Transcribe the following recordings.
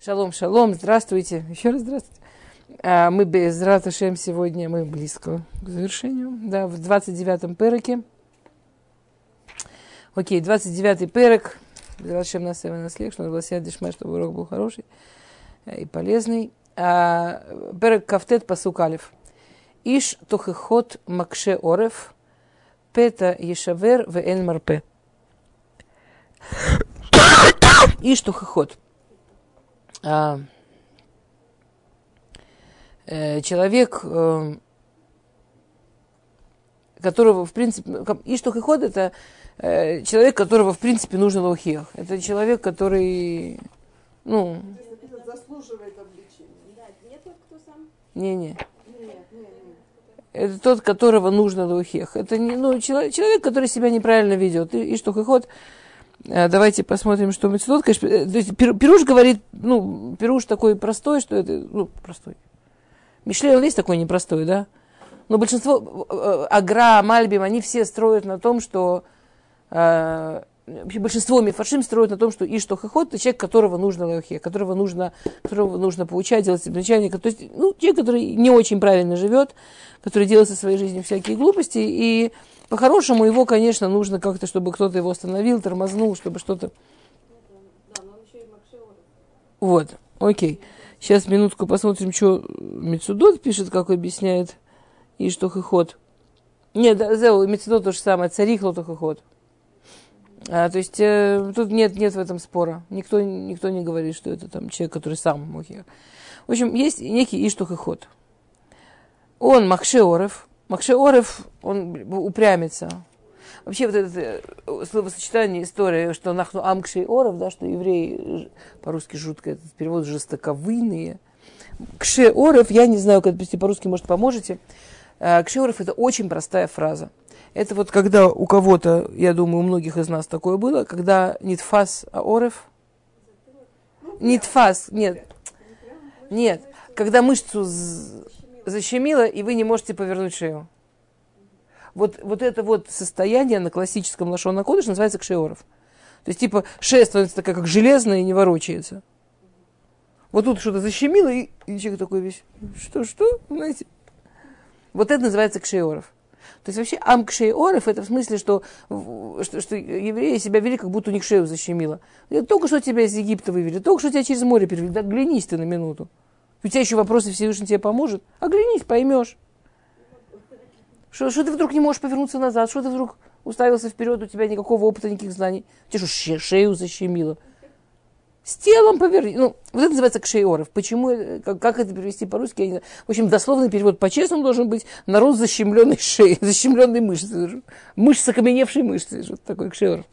Шалом, шалом, здравствуйте. Еще раз здравствуйте. Мы без Раташем сегодня, мы близко к завершению. Да, в 29-м переке. Окей, 29-й перек. Без Раташем нас и наслег, что он гласит Дишма, чтобы урок был хороший и полезный. Перек Кафтет пасук алеф. Иш тохехот макше орев, пета ешавер вен марпе. Иш тохехот. Человек, которого, в принципе, Иштохиход, это человек, которого, в принципе, нужно лаухиях. Это человек, который, заслуживает обличения. Да, не тот, кто сам? Не. Это тот, которого нужно лаухиях. Это человек, который себя неправильно ведет. Иштохиход. Давайте посмотрим, что Мецудот, конечно, то есть Пируш говорит, Пируш такой простой, что это, простой. Мишлей, он весь такой непростой, да? Но большинство, Агра, Мальбим, они все строят на том, что, большинство мифаршим строят на том, что Иштохихот, это человек, которого нужно лаухе, которого нужно поучать, делать замечания, то есть, человек, который не очень правильно живет, который делает со своей жизнью всякие глупости, и по-хорошему его, конечно, нужно как-то, чтобы кто-то его остановил, тормознул, чтобы что-то... Да, но он еще и Макшеор. Вот, окей. Сейчас минутку посмотрим, что Мецудот пишет, как объясняет Иштохихот. Нет, Мецудот то же самое, царих лотохихот. То есть тут нет в этом спора. Никто не говорит, что это там человек, который сам мухи. В общем, есть некий Иштохихот. Он Макшеорев. Макшеорев, он упрямится. Вообще вот это словосочетание, история, что нахну амкшей орев, да, что евреи, по-русски жутко этот перевод, жестоковыйные. Кше орев, я не знаю, как перевести по-русски, может, поможете. Кше орев — это очень простая фраза. Это вот когда у кого-то, я думаю, у многих из нас такое было, когда нитфас орев. Нитфас, нет, когда мышцу защемило, и вы не можете повернуть шею. Вот это вот состояние на классическом лашон кодеш называется кшеоров. То есть, типа, шея становится такая, как железная, и не ворочается. Вот тут что-то защемило, и человек такой весь, что, знаете. Вот это называется кшеоров. То есть, вообще, амкшеоров, это в смысле, что евреи себя вели, как будто у них шею защемило. Только что тебя из Египта вывели, только что тебя через море перевели. Да оглянись ты на минуту. У тебя еще вопросы, Всевышний тебе поможет. Оглянись, поймешь. Что ты вдруг не можешь повернуться назад? Что ты вдруг уставился вперед, у тебя никакого опыта, никаких знаний? Тебе что, шею защемило? С телом поверни. Вот это называется кшеоров. Почему, как это перевести по-русски, я не знаю. В общем, дословный перевод по-честному должен быть народ защемленной шеи, защемленной мышцы. Мышцы, окаменевшей мышцы. Что такое кшеоров?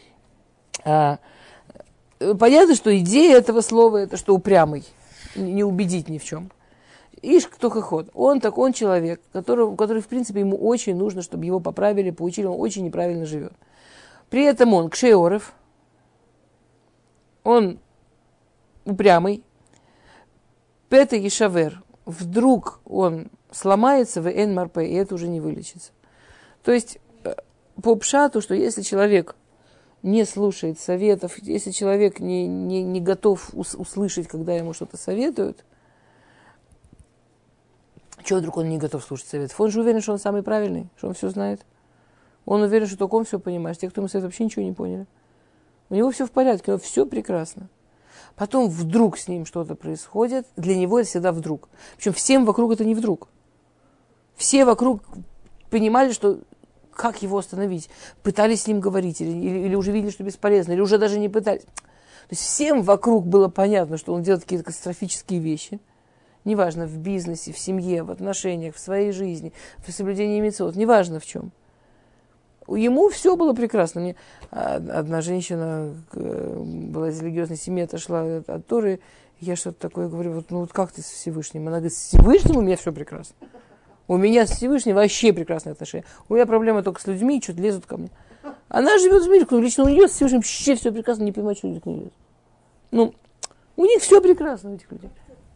Понятно, что идея этого слова, это что упрямый. Не убедить ни в чем. Иштохихот, он человек, который, в принципе, ему очень нужно, чтобы его поправили, поучили, он очень неправильно живет. При этом он кшеорев, он упрямый, пета ешавер, вдруг он сломается в эн марпе, и это уже не вылечится. То есть, по пшату, что если человек не слушает советов, если человек не готов услышать, когда ему что-то советуют, чего вдруг он не готов слушать советов? Он же уверен, что он самый правильный, что он все знает. Он уверен, что только он все понимает. Те, кто ему советует, вообще ничего не поняли. У него все в порядке, у него все прекрасно. Потом вдруг с ним что-то происходит. Для него это всегда вдруг. Причем всем вокруг это не вдруг. Все вокруг понимали, что как его остановить. Пытались с ним говорить, или уже видели, что бесполезно, или уже даже не пытались. То есть всем вокруг было понятно, что он делает какие-то катастрофические вещи. Неважно, в бизнесе, в семье, в отношениях, в своей жизни, в соблюдении мицвот, неважно в чем. Ему все было прекрасно. Мне одна женщина была из религиозной семьи, отошла от Торы, я что-то такое говорю, вот как ты с Всевышним? Она говорит, с Всевышним у меня все прекрасно. У меня с Всевышним вообще прекрасные отношения. У меня проблема только с людьми, что-то лезут ко мне. Она живет в мире, лично у нее с Всевышним вообще все прекрасно, не понимаю, что люди к ней лезут. У них все прекрасно, у этих людей.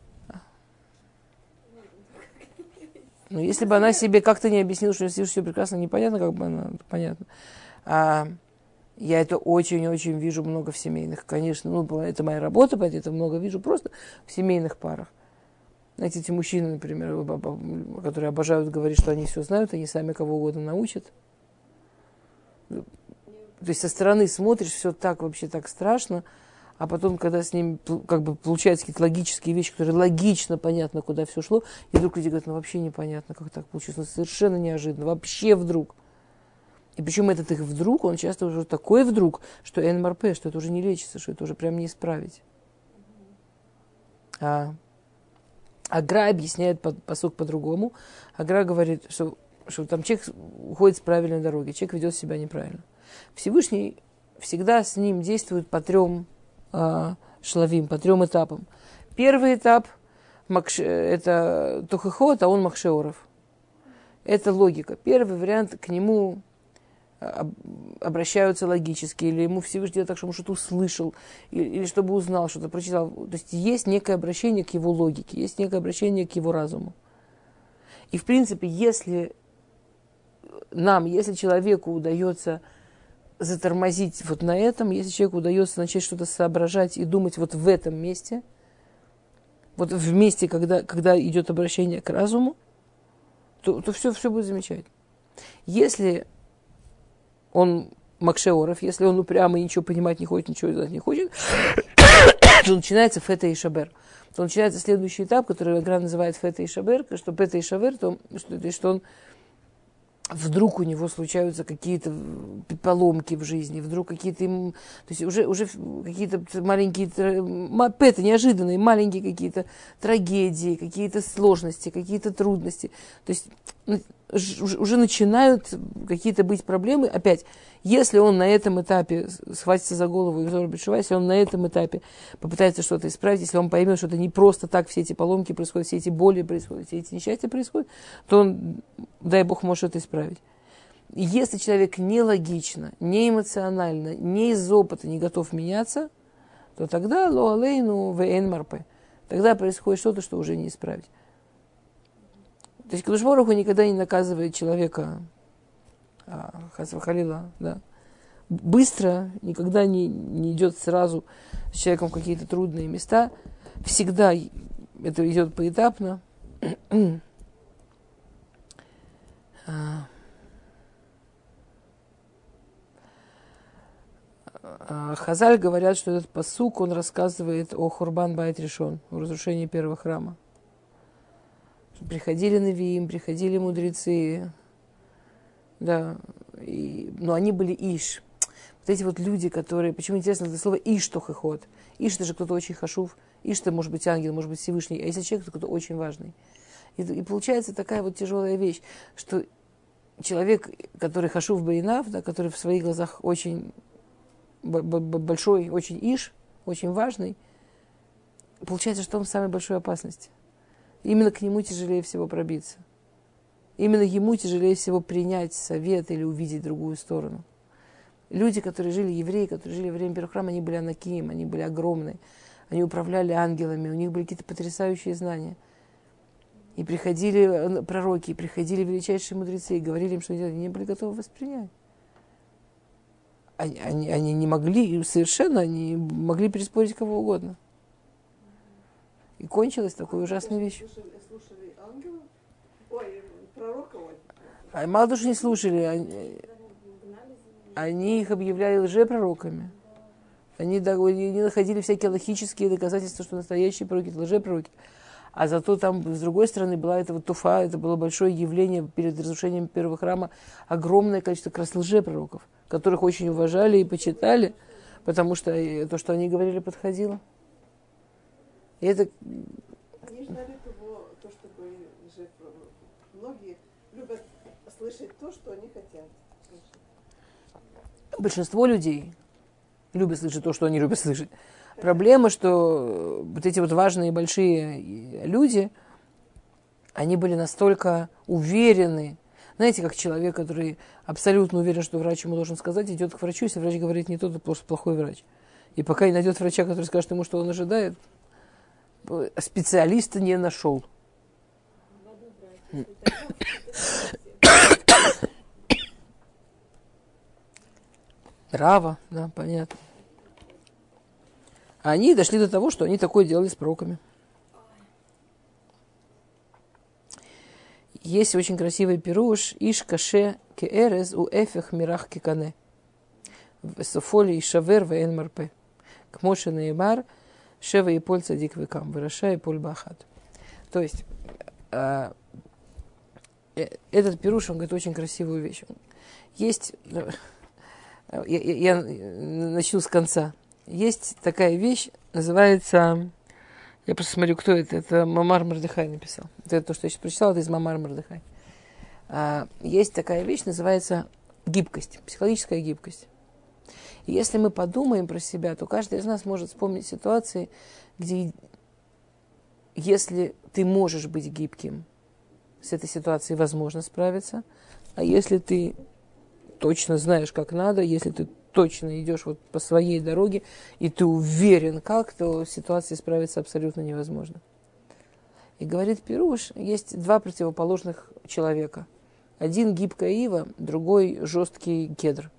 Если бы она себе как-то не объяснила, что все прекрасно, непонятно, как бы она, понятно. Я это очень-очень вижу много в семейных, конечно. Ну, это моя работа, поэтому это много вижу просто в семейных парах. Знаете, эти мужчины, например, которые обожают говорить, что они все знают, они сами кого угодно научат. То есть со стороны смотришь, все так вообще так страшно, а потом, когда с ним как бы получаются какие-то логические вещи, которые логично понятно, куда все шло, и вдруг люди говорят, ну вообще непонятно, как так получилось, ну совершенно неожиданно, вообще вдруг. И причем этот их вдруг, он часто уже такой вдруг, что НМРП, что это уже не лечится, что это уже прям не исправить. Агра объясняет пасук по-другому. Агра говорит, что там человек уходит с правильной дороги, человек ведет себя неправильно. Всевышний всегда с ним действует по 3 шлавим, по 3 этапам. Первый этап это тохехот, а он махшеоров. Это логика. Первый вариант, к нему обращаются логически, или ему Всевышний делает так, чтобы он что-то услышал, или чтобы узнал, что-то прочитал. То есть есть некое обращение к его логике, есть некое обращение к его разуму. И в принципе, если человеку удается затормозить вот на этом, если человеку удается начать что-то соображать и думать вот в этом месте, вот в месте, когда идет обращение к разуму, то все будет замечательно. Если он макшеоров, если он упрямый, ничего понимать не хочет, ничего знать не хочет, то начинается фета и шабер. То начинается следующий этап, который Агра называет фета и шабер, что фета и шабер, что он вдруг у него случаются какие-то поломки в жизни, вдруг какие-то то есть уже какие-то маленькие петы, неожиданные, маленькие какие-то трагедии, какие-то сложности, какие-то трудности. То есть уже начинают какие-то быть проблемы. Опять, если он на этом этапе схватится за голову и взорвет шува, если он на этом этапе попытается что-то исправить, если он поймет, что это не просто так все эти поломки происходят, все эти боли происходят, все эти несчастья происходят, то он, дай Бог, может это исправить. И если человек не логично, не эмоционально, не из опыта не готов меняться, то тогда ло алейну вээн марпе. Тогда происходит что-то, что уже не исправить. То есть Кадош Барух Ху никогда не наказывает человека, хас вахалила, да, быстро, никогда не идет сразу с человеком в какие-то трудные места. Всегда это идет поэтапно. Хазаль говорят, что этот пасук, он рассказывает о Хурбан Байт Ришон, о разрушении первого храма. Приходили навиим, приходили мудрецы, да, но они были иш. Вот эти вот люди, которые, почему интересно это слово иш тохехот. Иш это же кто-то очень хашув, иш это может быть ангел, может быть Всевышний, а если человек, то кто-то очень важный. И получается такая вот тяжелая вещь, что человек, который хашув бейнав, да, который в своих глазах очень большой, очень иш, очень важный, получается, что он в самой большой опасности. Именно к нему тяжелее всего пробиться. Именно ему тяжелее всего принять совет или увидеть другую сторону. Люди, которые жили, евреи, которые жили во время первого храма, они были анакиим, они были огромные. Они управляли ангелами, у них были какие-то потрясающие знания. И приходили пророки, и приходили величайшие мудрецы, и говорили им, что они не были готовы воспринять. Они не могли, совершенно, они могли переспорить кого угодно. И кончилась такой ужасной вещью. Слушали ангелов? Ой, пророков? Мало того, что не слушали, они их объявляли лжепророками. Они находили всякие логические доказательства, что настоящие пророки – это лжепророки. А зато там, с другой стороны, была эта вот туфа, это было большое явление перед разрушением первого храма, огромное количество как раз лжепророков, которых очень уважали и почитали, потому что то, что они говорили, подходило. И это... Они ждали того, чтобы лжепророки. Многие любят слышать то, что они хотят слышать. Большинство людей любят слышать то, что они любят слышать. Проблема, что вот эти вот важные большие люди, они были настолько уверены. Знаете, как человек, который абсолютно уверен, что врач ему должен сказать, идет к врачу, если врач говорит не то, то просто плохой врач. И пока не найдет врача, который скажет ему, что он ожидает, специалиста не нашел. Рава, да, понятно. А они дошли до того, что они такое делали с пророками. Есть очень красивый пируш «Иш каше кеэрез у эфех мирах кикане». «Софоли и шавер вээн марпе». «Кмоши наимар шева и поль цадик векам». «Выраша и поль бахат». То есть, этот пируш, он говорит очень красивую вещь. Есть, я начну с конца. Есть такая вещь, называется... Я просто смотрю, кто это. Это Мамар Мордехай написал. Это то, что я сейчас прочитала, это из Мамар Мордехай. Есть такая вещь, называется гибкость, психологическая гибкость. И если мы подумаем про себя, то каждый из нас может вспомнить ситуации, где, если ты можешь быть гибким, с этой ситуацией возможно справиться, а если ты точно знаешь, как надо, если ты точно идешь вот по своей дороге, и ты уверен как, то с ситуацией справиться абсолютно невозможно. И говорит Пируш, есть два противоположных человека. Один гибкая ива, другой жесткий кедр.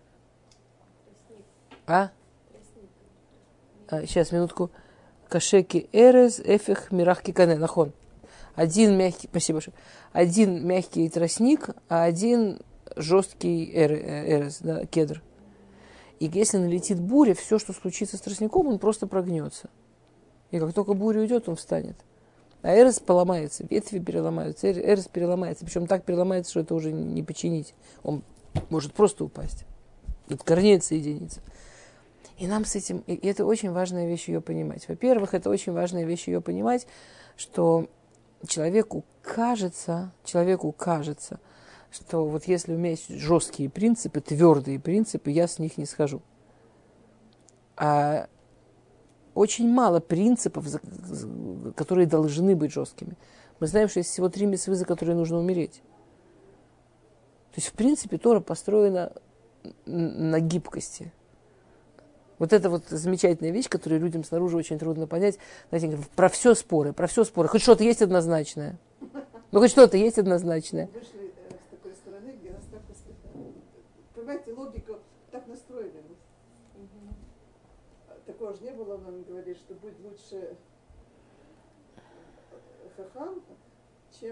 Сейчас, минутку. Кашеки эрез, эфех, мирах кикане, нахон. Один мягкий, спасибо большое. Один мягкий тростник, а один жесткий эрез, да, кедр. И если налетит буря, все, что случится с тростником, он просто прогнется. И как только буря уйдет, он встанет. А эрес поломается, ветви переломаются, эрес переломается. Причем так переломается, что это уже не починить. Он может просто упасть. От корней отсоединиться. И нам с этим... И это очень важная вещь ее понимать. Во-первых, это очень важная вещь ее понимать, что человеку кажется, что вот если у меня есть жесткие принципы, твердые принципы, я с них не схожу. А очень мало принципов, которые должны быть жесткими. Мы знаем, что есть всего 3 мицвы, за которые нужно умереть. То есть, в принципе, Тора построена на гибкости. Вот это вот замечательная вещь, которую людям снаружи очень трудно понять. Знаете, про все споры. Хоть что-то есть однозначное. Ну, хоть что-то есть однозначное. Вышли с такой стороны, где нас так воспитали. Понимаете, логику так настроили. Такого же не было, нам говорит, что будет лучше хахам, чем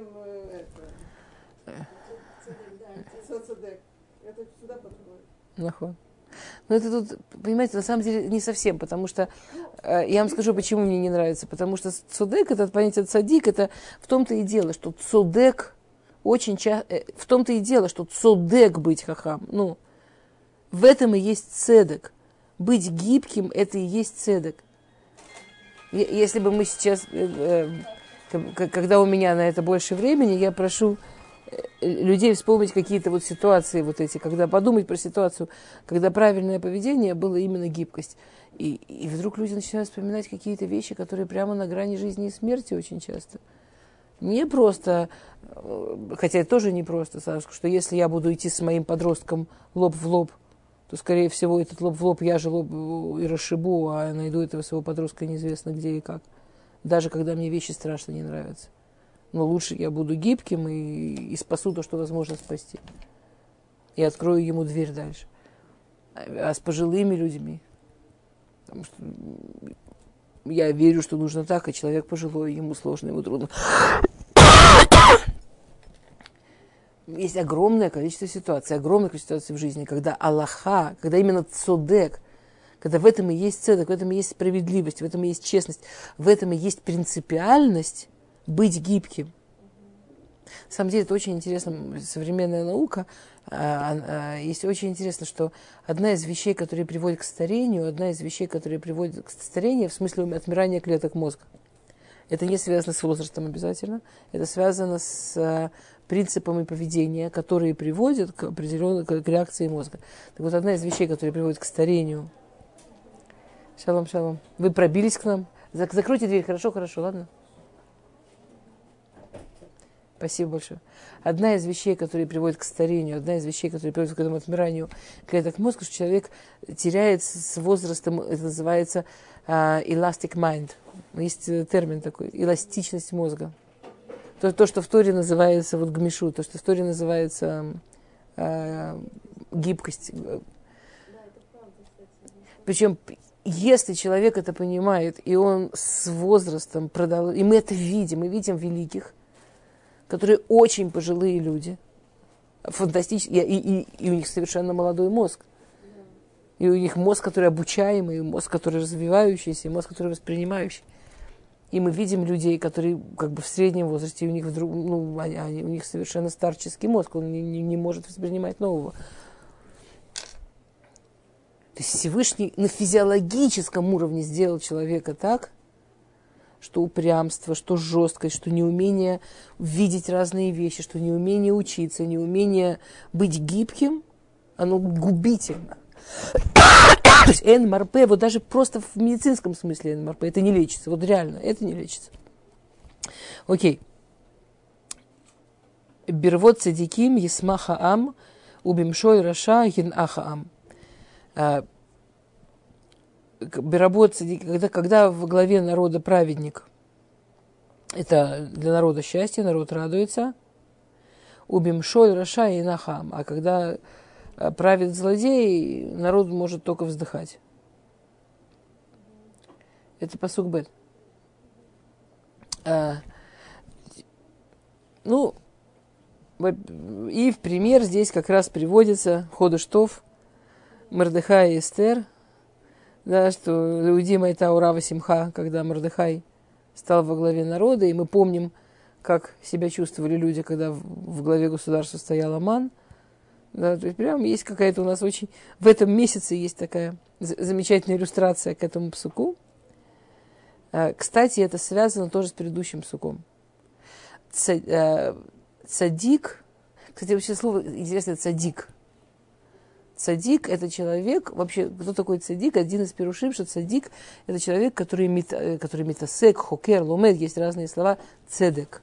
цадек. Это сюда подходит. Но это тут, понимаете, на самом деле не совсем, потому что я вам скажу, почему мне не нравится. Потому что цодек, это понятие цадик, это в том-то и дело, что цодек очень часто, в том-то и дело, что цодек быть хахам. Ну, в этом и есть цедек. Быть гибким, это и есть цедек. Если бы мы сейчас, когда у меня на это больше времени, я прошу людей вспомнить какие-то вот ситуации вот эти, когда подумать про ситуацию, когда правильное поведение было именно гибкость. И вдруг люди начинают вспоминать какие-то вещи, которые прямо на грани жизни и смерти очень часто. Не просто, хотя это тоже не просто, Сашка, что если я буду идти с моим подростком лоб в лоб, то, скорее всего, этот лоб в лоб я же лоб и расшибу, а найду этого своего подростка неизвестно где и как. Даже когда мне вещи страшно не нравятся. Но лучше я буду гибким и спасу то, что возможно спасти. И открою ему дверь дальше. А с пожилыми людьми, потому что я верю, что нужно так, а человек пожилой, ему сложно, ему трудно. Есть огромное количество ситуаций в жизни, когда Аллаха, когда именно цодек, когда в этом и есть цедек, в этом и есть справедливость, в этом и есть честность, в этом и есть принципиальность быть гибким. На самом деле это очень интересно, современная наука, есть очень интересно, что одна из вещей, которые приводят к старению, в смысле отмирания клеток мозга. Это не связано с возрастом обязательно, это связано с принципами поведения, которые приводят к определенной реакции мозга. Так вот, одна из вещей, которые приводят к старению. Шалом, шалом. Вы пробились к нам? Закройте дверь, хорошо, ладно? Спасибо большое. Одна из вещей, которые приводят к старению, одна из вещей, которые приводят к этому отмиранию клеток мозга, что человек теряет с возрастом, это называется elastic mind. Есть термин такой, эластичность мозга. То, что в Торе называется вот гмишу, то, что в Торе называется гибкость. Причем, если человек это понимает, и он с возрастом продал, и мы это видим, мы видим великих, которые очень пожилые люди, фантастические, и у них совершенно молодой мозг. И у них мозг, который обучаемый, мозг, который развивающийся, и мозг, который воспринимающий. И мы видим людей, которые как бы в среднем возрасте, и у них, у них совершенно старческий мозг, он не может воспринимать нового. То есть Всевышний на физиологическом уровне сделал человека так, что упрямство, что жесткость, что неумение видеть разные вещи, что неумение учиться, неумение быть гибким, оно губительно. То есть НМРП, вот даже просто в медицинском смысле НМРП, это не лечится. Вот реально, это не лечится. Окей. Бервот цадиким есмахаам убимшой раша гинахаам. Бервот цадик, когда в главе народа праведник, это для народа счастье, народ радуется. Убимшой раша гинахаам. А когда правит злодей, народ может только вздыхать. Это пасук бет. И в пример здесь как раз приводится Ходеш Тов, Мордехай и Эстер, да, что Леуди Майта Урава Симха, когда Мордехай стал во главе народа, и мы помним, как себя чувствовали люди, когда в главе государства стоял Аман. Да, то есть прям есть какая-то у нас очень... В этом месяце есть такая замечательная иллюстрация к этому псуку. Кстати, это связано тоже с предыдущим псуком. Цадик... Кстати, вообще слово интересное цадик. Цадик – это человек... Вообще, кто такой цадик? Один из пирушим, что цадик – это человек, который метасек, хокер, ломед. Есть разные слова. Цедек.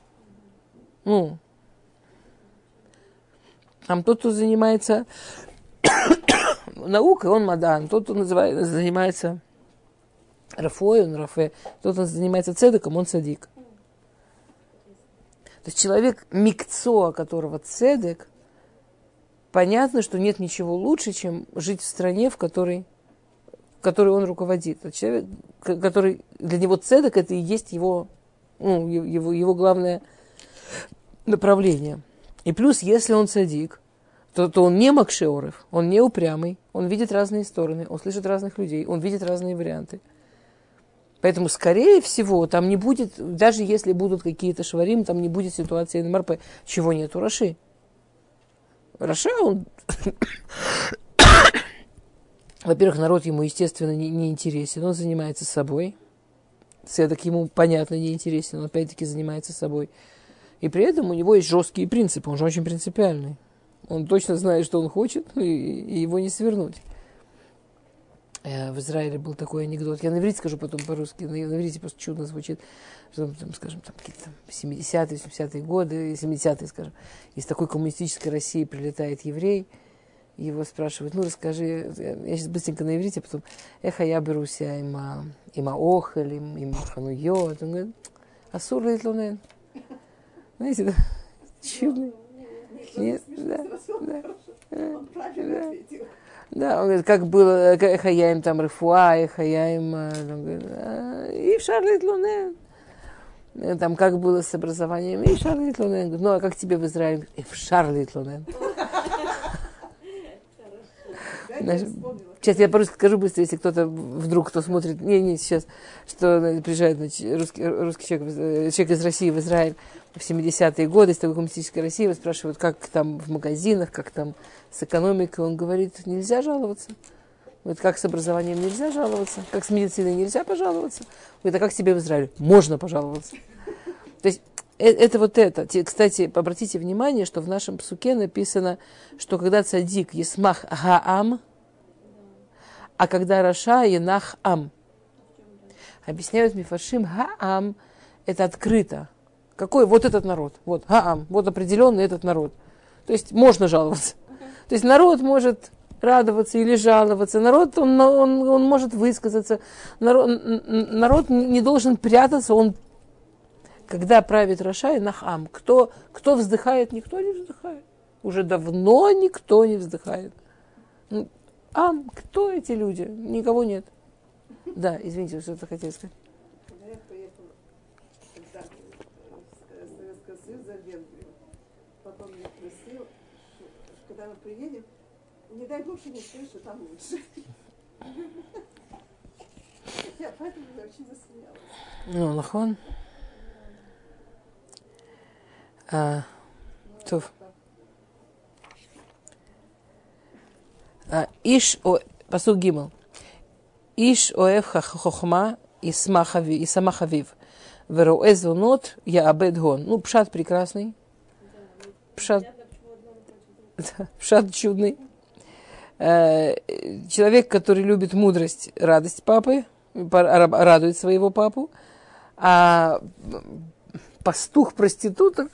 Там тот, кто занимается наукой, он мадан. Тот, кто занимается рафой, он рафе. Тот, кто занимается цедеком, он цадик. То есть человек, микцоа которого цедек, понятно, что нет ничего лучше, чем жить в стране, в которой он руководит. Это человек, который для него цедек, это и есть его главное направление. И плюс, если он цадик, то он не макшеоров, он не упрямый, он видит разные стороны, он слышит разных людей, он видит разные варианты. Поэтому, скорее всего, там не будет, даже если будут какие-то шварим, там не будет ситуации НМРП. Чего нет у Раши? Раша, он... Во-первых, народ ему, естественно, не интересен, он занимается собой. Цедок ему, понятно, не интересен, он опять-таки занимается собой. И при этом у него есть жесткие принципы, он же очень принципиальный. Он точно знает, что он хочет, и его не свернуть. В Израиле был такой анекдот. Я на иврите скажу потом по-русски. На иврите просто чудно звучит. Что, скажем, там какие-то 70-е, 80-е годы, 70-е, скажем. Из такой коммунистической России прилетает еврей. Его спрашивают, расскажи. Я сейчас быстренько на иврите, потом я беруся има охель, има хануйот. Он говорит, асур литлунен. Знаете, да? Чудно. Нет, да. Он правильно ответил. Да, он говорит, как было, эхаяем там рефуа, эхаяем, и в Шарлит Лунен. Там как было с образованием, и в Шарлит Лунен. А как тебе в Израиле? И в Шарлит Лунен. Сейчас я по-русски скажу быстро, если кто-то вдруг, кто смотрит, сейчас, что приезжает русский человек из России в Израиль в 70-е годы, из такой коммунистической России, его спрашивают, как там в магазинах, как там с экономикой. Он говорит, нельзя жаловаться. Говорит, как с образованием нельзя жаловаться, как с медициной нельзя пожаловаться. Говорит, а как тебе в Израиле? Можно пожаловаться. То есть это вот это. Кстати, обратите внимание, что в нашем псуке написано, что когда цадик есмах гаам, а когда раша енах ам. Объясняют мифаршим, гаам это открыто. Какой вот этот народ? Вот гаам, вот определенный этот народ. То есть можно жаловаться. То есть народ может радоваться или жаловаться. Народ, он может высказаться. Народ не должен прятаться. Он, когда правит раша енах ам, кто вздыхает? Никто не вздыхает. Уже давно никто не вздыхает. кто эти люди? Никого нет. Да, извините, что-то хотели сказать. Когда я поехала из Советского Союза в Венгрию, папа меня просил, что когда мы приедем, не дай Бог, что не скажешь, что там лучше. Я поэтому очень засмеялась. Ну, нахон. Тов. Пасук Гимл. Иш оэв хохма и самахавив. Вероэ звонот я абед гон. Ну, пшат прекрасный. Пшат чудный. Человек, который любит мудрость, радость папы, радует своего папу. А пастух-проституток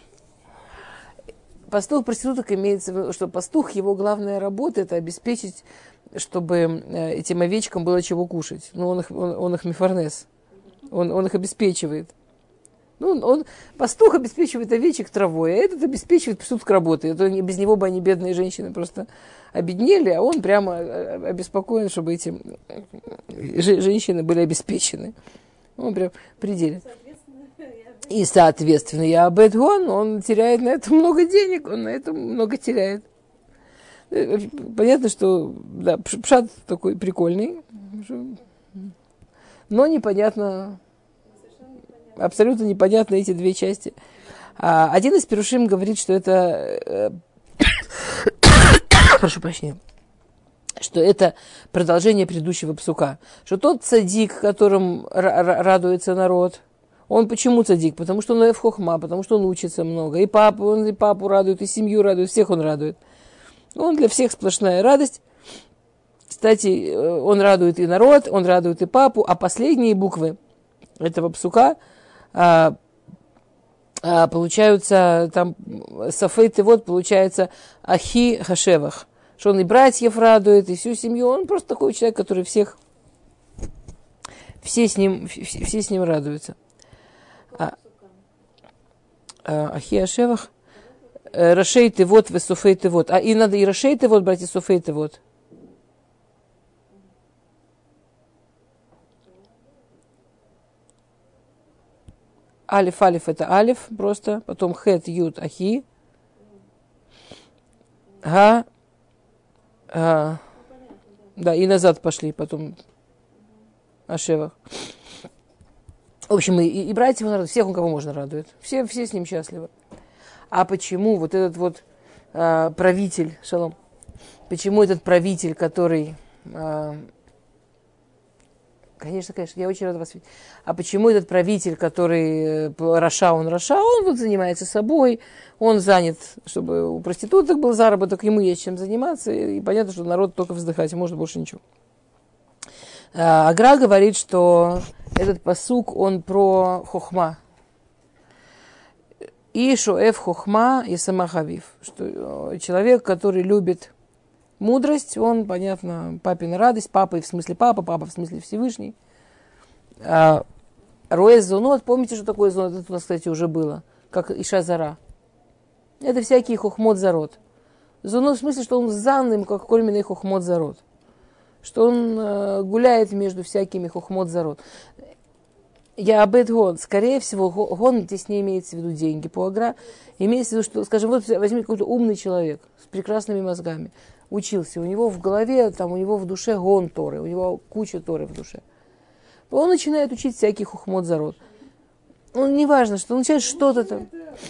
имеется в виду, что пастух, его главная работа – это обеспечить, чтобы этим овечкам было чего кушать. Ну, он их мифарнес, он их обеспечивает. Ну, пастух обеспечивает овечек травой, а этот обеспечивает присутствие работы. Это без него бы они, бедные женщины, просто обеднели, а он прямо обеспокоен, чтобы эти женщины были обеспечены. Он прям в пределе. И, соответственно, я Абед-Гон, он теряет на это много денег, он на это много теряет. Понятно, что да, пшат такой прикольный, но непонятно, абсолютно непонятно эти две части. Один из пирушим говорит, что это, прошу прощения, что это продолжение предыдущего псука, что тот цадик, которым радуется народ, он почему цадик? Потому что он эф хохма, потому что он учится много. И папу радует, и семью радует, всех он радует. Он для всех сплошная радость. Кстати, он радует и народ, он радует и папу, а последние буквы этого псука получаются, там, сафейт и вот, получается, ахи хашевах. Что он и братьев радует, и всю семью. Он просто такой человек, который все с ним радуются. Ахи Ашевах, Рашей ты вот, Весуфей ты вот. И надо и Рашей ты вот брать, и Суфей ты вот. Алиф это алиф просто, потом хет, ют, ахи. Да, и назад пошли, потом Ашевах. В общем, и братьев он радует, всех, кого можно, радует. Все с ним счастливы. А почему вот этот вот правитель, шалом, почему этот правитель, который... Конечно, я очень рада вас видеть. А почему этот правитель, который Раша, он вот занимается собой, он занят, чтобы у проституток был заработок, ему есть чем заниматься, и понятно, что народ только вздыхать, может больше ничего. Агра говорит, что этот пасук, он про хохма. И шоэф хохма и самахавив. Что человек, который любит мудрость, он, понятно, папина радость, папа в смысле папа в смысле Всевышний. Роэс зонот, помните, что такое зонот? Это у нас, кстати, уже было, как Иша Зара. Это всякий хохмот зарод. Зонот в смысле, что он занным, как кольменный хохмот зарод. Что он гуляет между всякими хохмот зарод. Я абед гон. Скорее всего, гон здесь не имеется в виду деньги по агра. Имеется в виду, что, скажем, вот возьми какой-то умный человек с прекрасными мозгами. Учился. У него в голове, там, у него в душе гон Торы. У него куча Торы в душе. Он начинает учить всяких хохмот зарод. Он не важно, что он начинает что-то там.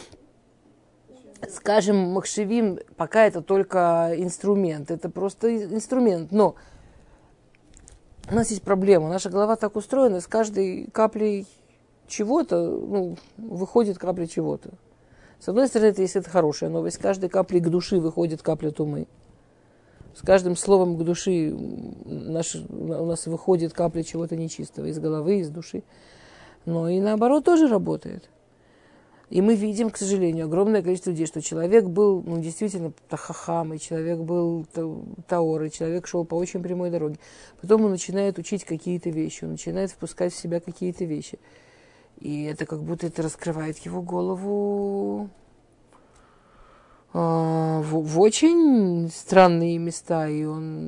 Скажем, махшевим, пока это только инструмент. Это просто инструмент. Но у нас есть проблема. Наша голова так устроена, с каждой каплей чего-то, выходит капля чего-то. С одной стороны, это хорошая новость. С каждой каплей к душе выходит капля тумы. С каждым словом к душе у нас выходит капля чего-то нечистого. Из головы, из души. Но и наоборот тоже работает. И мы видим, к сожалению, огромное количество людей, что человек был, действительно, тахахам, и человек был таор, и человек шел по очень прямой дороге. Потом он начинает учить какие-то вещи, он начинает впускать в себя какие-то вещи. И это как будто это раскрывает его голову в очень странные места, и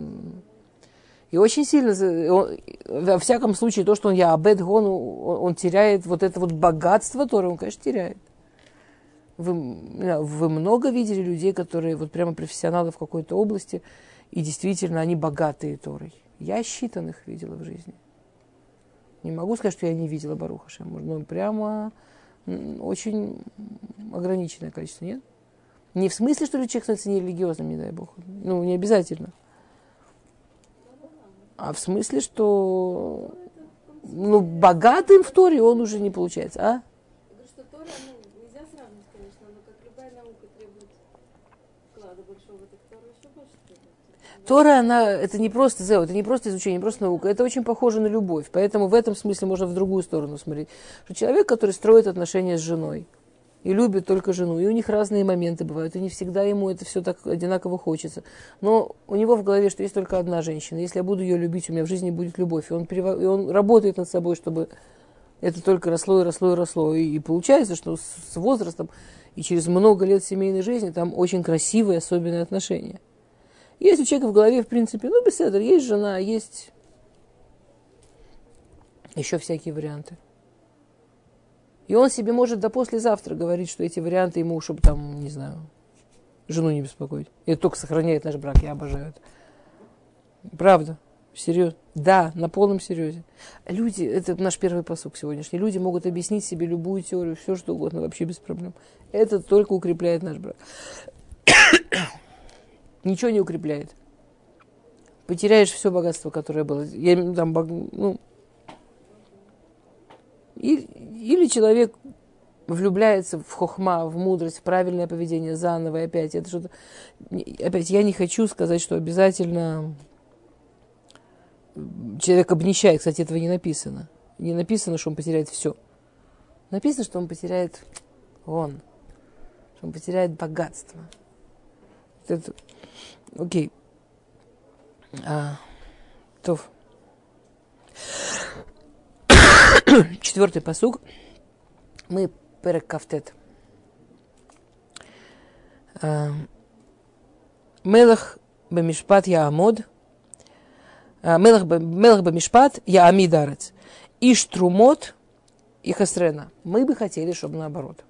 очень сильно, во всяком случае, то, что он Яабед Гон, он теряет вот это вот богатство, которое он, конечно, теряет. Вы много видели людей, которые вот прямо профессионалы в какой-то области, и действительно они богатые Торой. Я считанных видела в жизни. Не могу сказать, что я не видела Барух Ашем, но прямо очень ограниченное количество, нет? Не в смысле, что человек становится нерелигиозным, не дай Бог. Ну, не обязательно. А в смысле, что богатым в Торе он уже не получается, а? Я говорю, что Тора, нельзя сравнивать, конечно, но как любая наука требует вклада большого, так Тора еще больше требует. Тора, это не просто это не просто изучение, не просто наука, это очень похоже на любовь. Поэтому в этом смысле можно в другую сторону смотреть. Что человек, который строит отношения с женой, и любит только жену, и у них разные моменты бывают, и не всегда ему это все так одинаково хочется. Но у него в голове, что есть только одна женщина. Если я буду ее любить, у меня в жизни будет любовь. И он работает над собой, чтобы это только росло и росло и росло. И получается, что с возрастом и через много лет семейной жизни там очень красивые, особенные отношения. Есть у человека в голове, в принципе, беседер, есть жена, есть еще всякие варианты. И он себе может до послезавтра говорить, что эти варианты ему, чтобы там, не знаю, жену не беспокоить. И это только сохраняет наш брак, я обожаю это. Правда, серьезно. Да, на полном серьезе. Люди, это наш первый посук сегодняшний, люди могут объяснить себе любую теорию, все что угодно, вообще без проблем. Это только укрепляет наш брак. Ничего не укрепляет. Потеряешь все богатство, которое было. Или человек влюбляется в хохма, в мудрость, в правильное поведение заново и опять. Это что-то... Опять, я не хочу сказать, что обязательно человек обнищает. Кстати, этого не написано. Не написано, что он потеряет все. Написано, что он потеряет что он потеряет богатство. Это... Окей. Тов. 4-й пасук. Мы перек кафтет. Мелах бемишпат яамод. Мелах бемишпат яамид арец. Иш трумот и хасрена. Мы бы хотели, чтобы наоборот.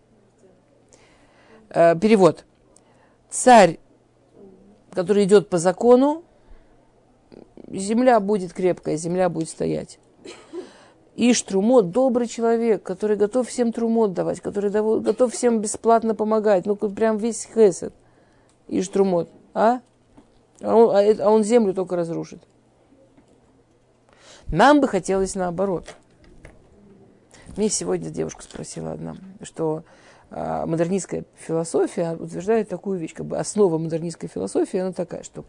Перевод. Царь, который идет по закону, земля будет крепкая, земля будет стоять. Иш трумот, добрый человек, который готов всем трумот давать, который готов всем бесплатно помогать. Прям весь хесед. Иш трумот. А он землю только разрушит. Нам бы хотелось наоборот. Мне сегодня девушка спросила одна, что модернистская философия утверждает такую вещь, основа модернистской философии, она такая, что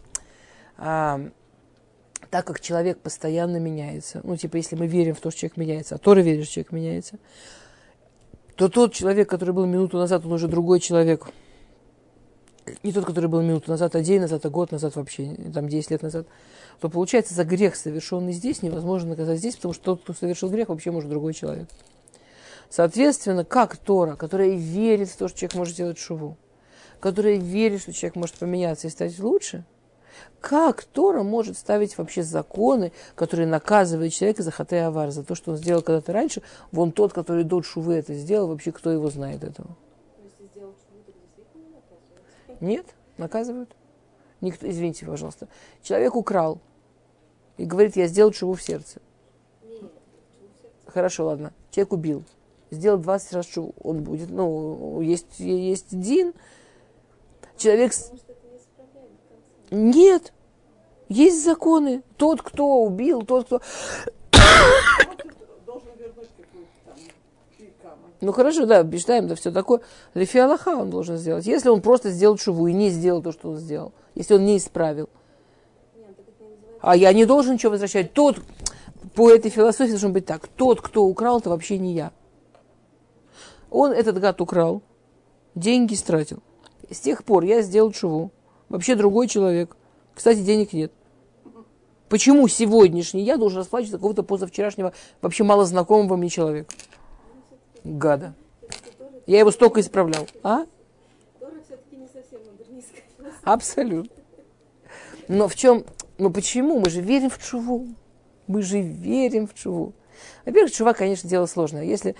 так как человек постоянно меняется, если мы верим в то, что человек меняется, а Тора верит, что человек меняется, то тот человек, который был минуту назад, он уже другой человек. Не тот, который был минуту назад, а день назад, а год назад вообще, 10 лет назад. То получается, за грех, совершенный здесь, невозможно наказать здесь, потому что тот, кто совершил грех, вообще может другой человек. Соответственно, как Тора, которая верит в то, что человек может сделать шуву, которая верит, что человек может поменяться и стать лучше, как Тора может ставить вообще законы, которые наказывают человека за хатэ авар, за то, что он сделал когда-то раньше, вон тот, который до шувы это сделал, вообще кто его знает этого? Если сделал шуву, то действительно наказывают? Нет, наказывают. Никто, извините, пожалуйста. Человек украл и говорит, я сделал шуву в сердце. Нет, шуву в сердце. Хорошо, ладно. Человек убил. Сделал 20 раз шуву. Он будет, есть дин. Человек... Потому что это не исправляет до конца. Нет. Есть законы. Тот, кто убил, тот, кто... Должен вернуть какую-то там пикаму. Хорошо, да, обещаем, да, все такое. Лефи Аллаха он должен сделать. Если он просто сделал шуву и не сделал то, что он сделал. Если он не исправил. Нет, так это не называется. А я не должен ничего возвращать. Тот, по этой философии должен быть так. Тот, кто украл, это вообще не я. Он, этот гад, украл. Деньги стратил. С тех пор я сделал шуву. Вообще другой человек. Кстати, денег нет. Почему сегодняшний я должен расплачиваться какого-то позавчерашнего, вообще малознакомого мне человека? Гада. Я его столько исправлял. А? Тора все-таки не совсем низкая философия. Абсолютно. Но в чем, ну почему? Мы же верим в тшуву. Мы же верим в тшуву. Во-первых, тшува, конечно, дело сложное. Если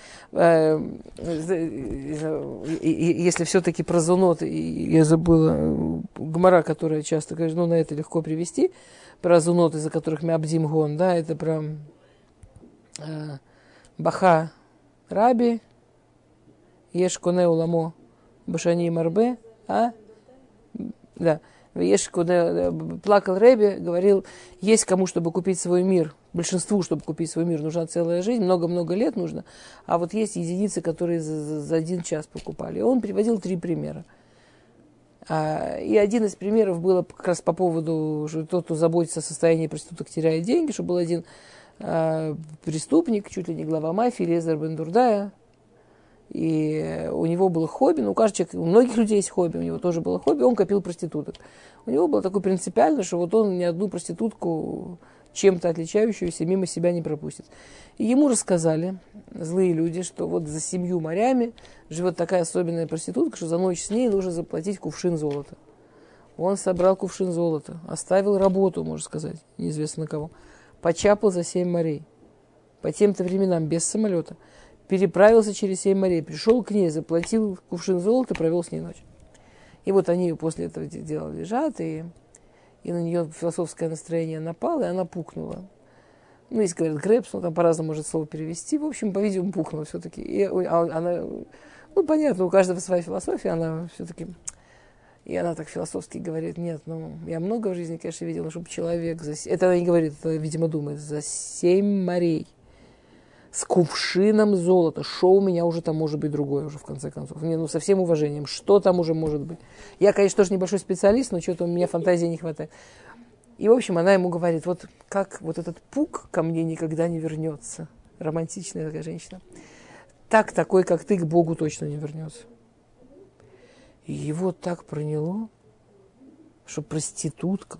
все-таки про зунот, я забыла, гмара, которая часто говорит, ну на это легко привести, про зунот, из-за которых мы абдим гон, да, это про баха раби, еш коне уламо башани марбе, да. Плакал Ребе, говорил, есть кому, чтобы купить свой мир, большинству, чтобы купить свой мир, нужна целая жизнь, много-много лет нужно, а вот есть единицы, которые за 1 час покупали. И он приводил 3 примера. И один из примеров было как раз по поводу, что тот, кто заботится о состоянии проституток, теряет деньги, что был один преступник, чуть ли не глава мафии, Лезер бен Дурдая, и у него было хобби, ну, у многих людей есть хобби, у него тоже было хобби, он копил проституток. У него было такое принципиально, что вот он ни одну проститутку, чем-то отличающуюся, мимо себя не пропустит. И ему рассказали злые люди, что вот за 7 морями живет такая особенная проститутка, что за ночь с ней нужно заплатить кувшин золота. Он собрал кувшин золота, оставил работу, можно сказать, неизвестно на кого, почапал за 7 морей, по тем-то временам без самолета, переправился через 7 морей, пришел к ней, заплатил кувшин золота, провел с ней ночь. И вот они после этого дела лежат, и на нее философское настроение напало, и она пукнула. Ну, если говорят грэпс, ну, там по-разному может слово перевести. В общем, по-видимому, пухнула все-таки. И она, ну, понятно, у каждого своя философия, она все-таки... И она так философски говорит, нет, ну, я много в жизни, конечно, видела, чтобы человек... Это она не говорит, это, видимо, думает, за 7 морей. С кувшином золота. Что у меня уже там может быть другое уже, в конце концов? Не, ну, со всем уважением. Что там уже может быть? Я, конечно, тоже небольшой специалист, но что-то у меня фантазии не хватает. И, в общем, она ему говорит, вот как вот этот пук ко мне никогда не вернется. Романтичная такая женщина. Так такой, как ты, к Богу точно не вернется. И его так проняло, что проститутка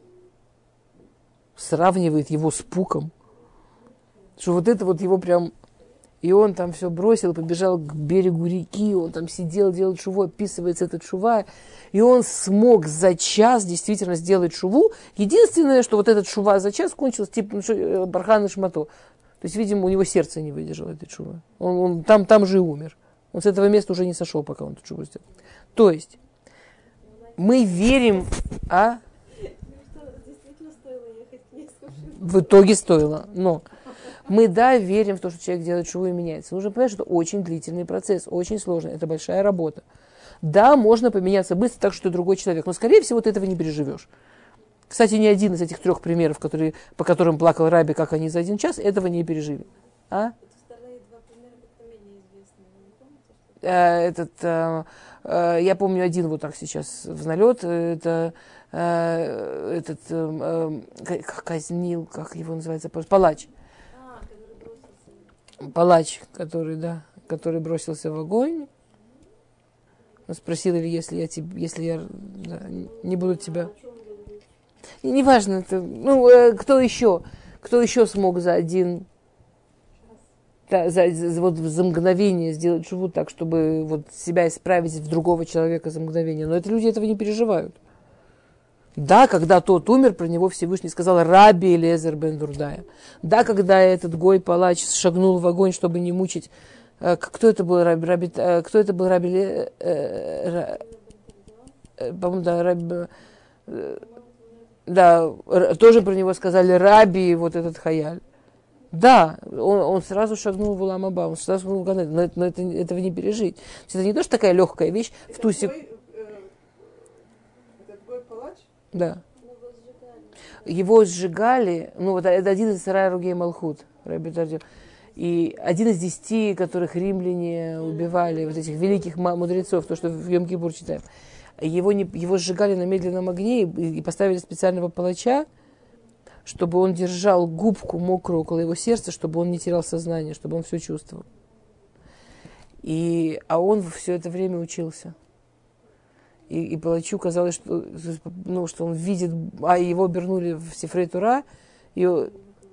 сравнивает его с пуком. Что вот это вот его прям... И он там все бросил, побежал к берегу реки, он там сидел, делал шуву, описывается этот шува, и он смог за час действительно сделать шуву. Единственное, что вот этот шува за час кончился, типа бархан и шмато. То есть, видимо, у него сердце не выдержало этой шувы. Он там же и умер. Он с этого места уже не сошел, пока он эту шуву сделал. То есть, мы верим... Действительно стоило ехать к ней с кувшином. В итоге стоило, но... Мы, да, верим в то, что человек делает шуву и меняется. Нужно понимать, что это очень длительный процесс, очень сложный, это большая работа. Да, можно поменяться быстро так, что ты другой человек, но, скорее всего, ты этого не переживешь. Кстати, ни один из этих 3 примеров, по которым плакал Раби, как они за 1 час, этого не пережили. Это вторые 2 примера как-то менее известные. Вы не помните? Я помню один вот так сейчас в налет. Это казнил, как его называется, палач. Палач, который бросился в огонь. Он спросил, или если я не буду тебя... Неважно, это, кто еще смог за один... Да, за мгновение сделать шуву так, чтобы вот себя исправить в другого человека за мгновение. Но это люди этого не переживают. Да, когда тот умер, про него Всевышний сказал Раби Элиэзер бен Дурдая. Да, когда этот гой-палач шагнул в огонь, чтобы не мучить. Кто это был Раби? По-моему, да, Раби... Да, тоже про него сказали Раби, вот этот хаяль. Да, он сразу шагнул в Улам Аба, он сразу шагнул в Ганед, но этого не пережить. Это не то, что такая легкая вещь. В ту Этот гой-палач? Да. Его сжигали, вот это один из Сарай Ругей Малхут, Раби Тардио. И один из 10, которых римляне убивали, вот этих великих мудрецов, то, что в Йом-Кипур читаем. Его сжигали на медленном огне и поставили специального палача, чтобы он держал губку мокрую около его сердца, чтобы он не терял сознание, чтобы он все чувствовал. А он все это время учился. И палачу казалось, что он видит, его обернули в Сифрей Тура, и он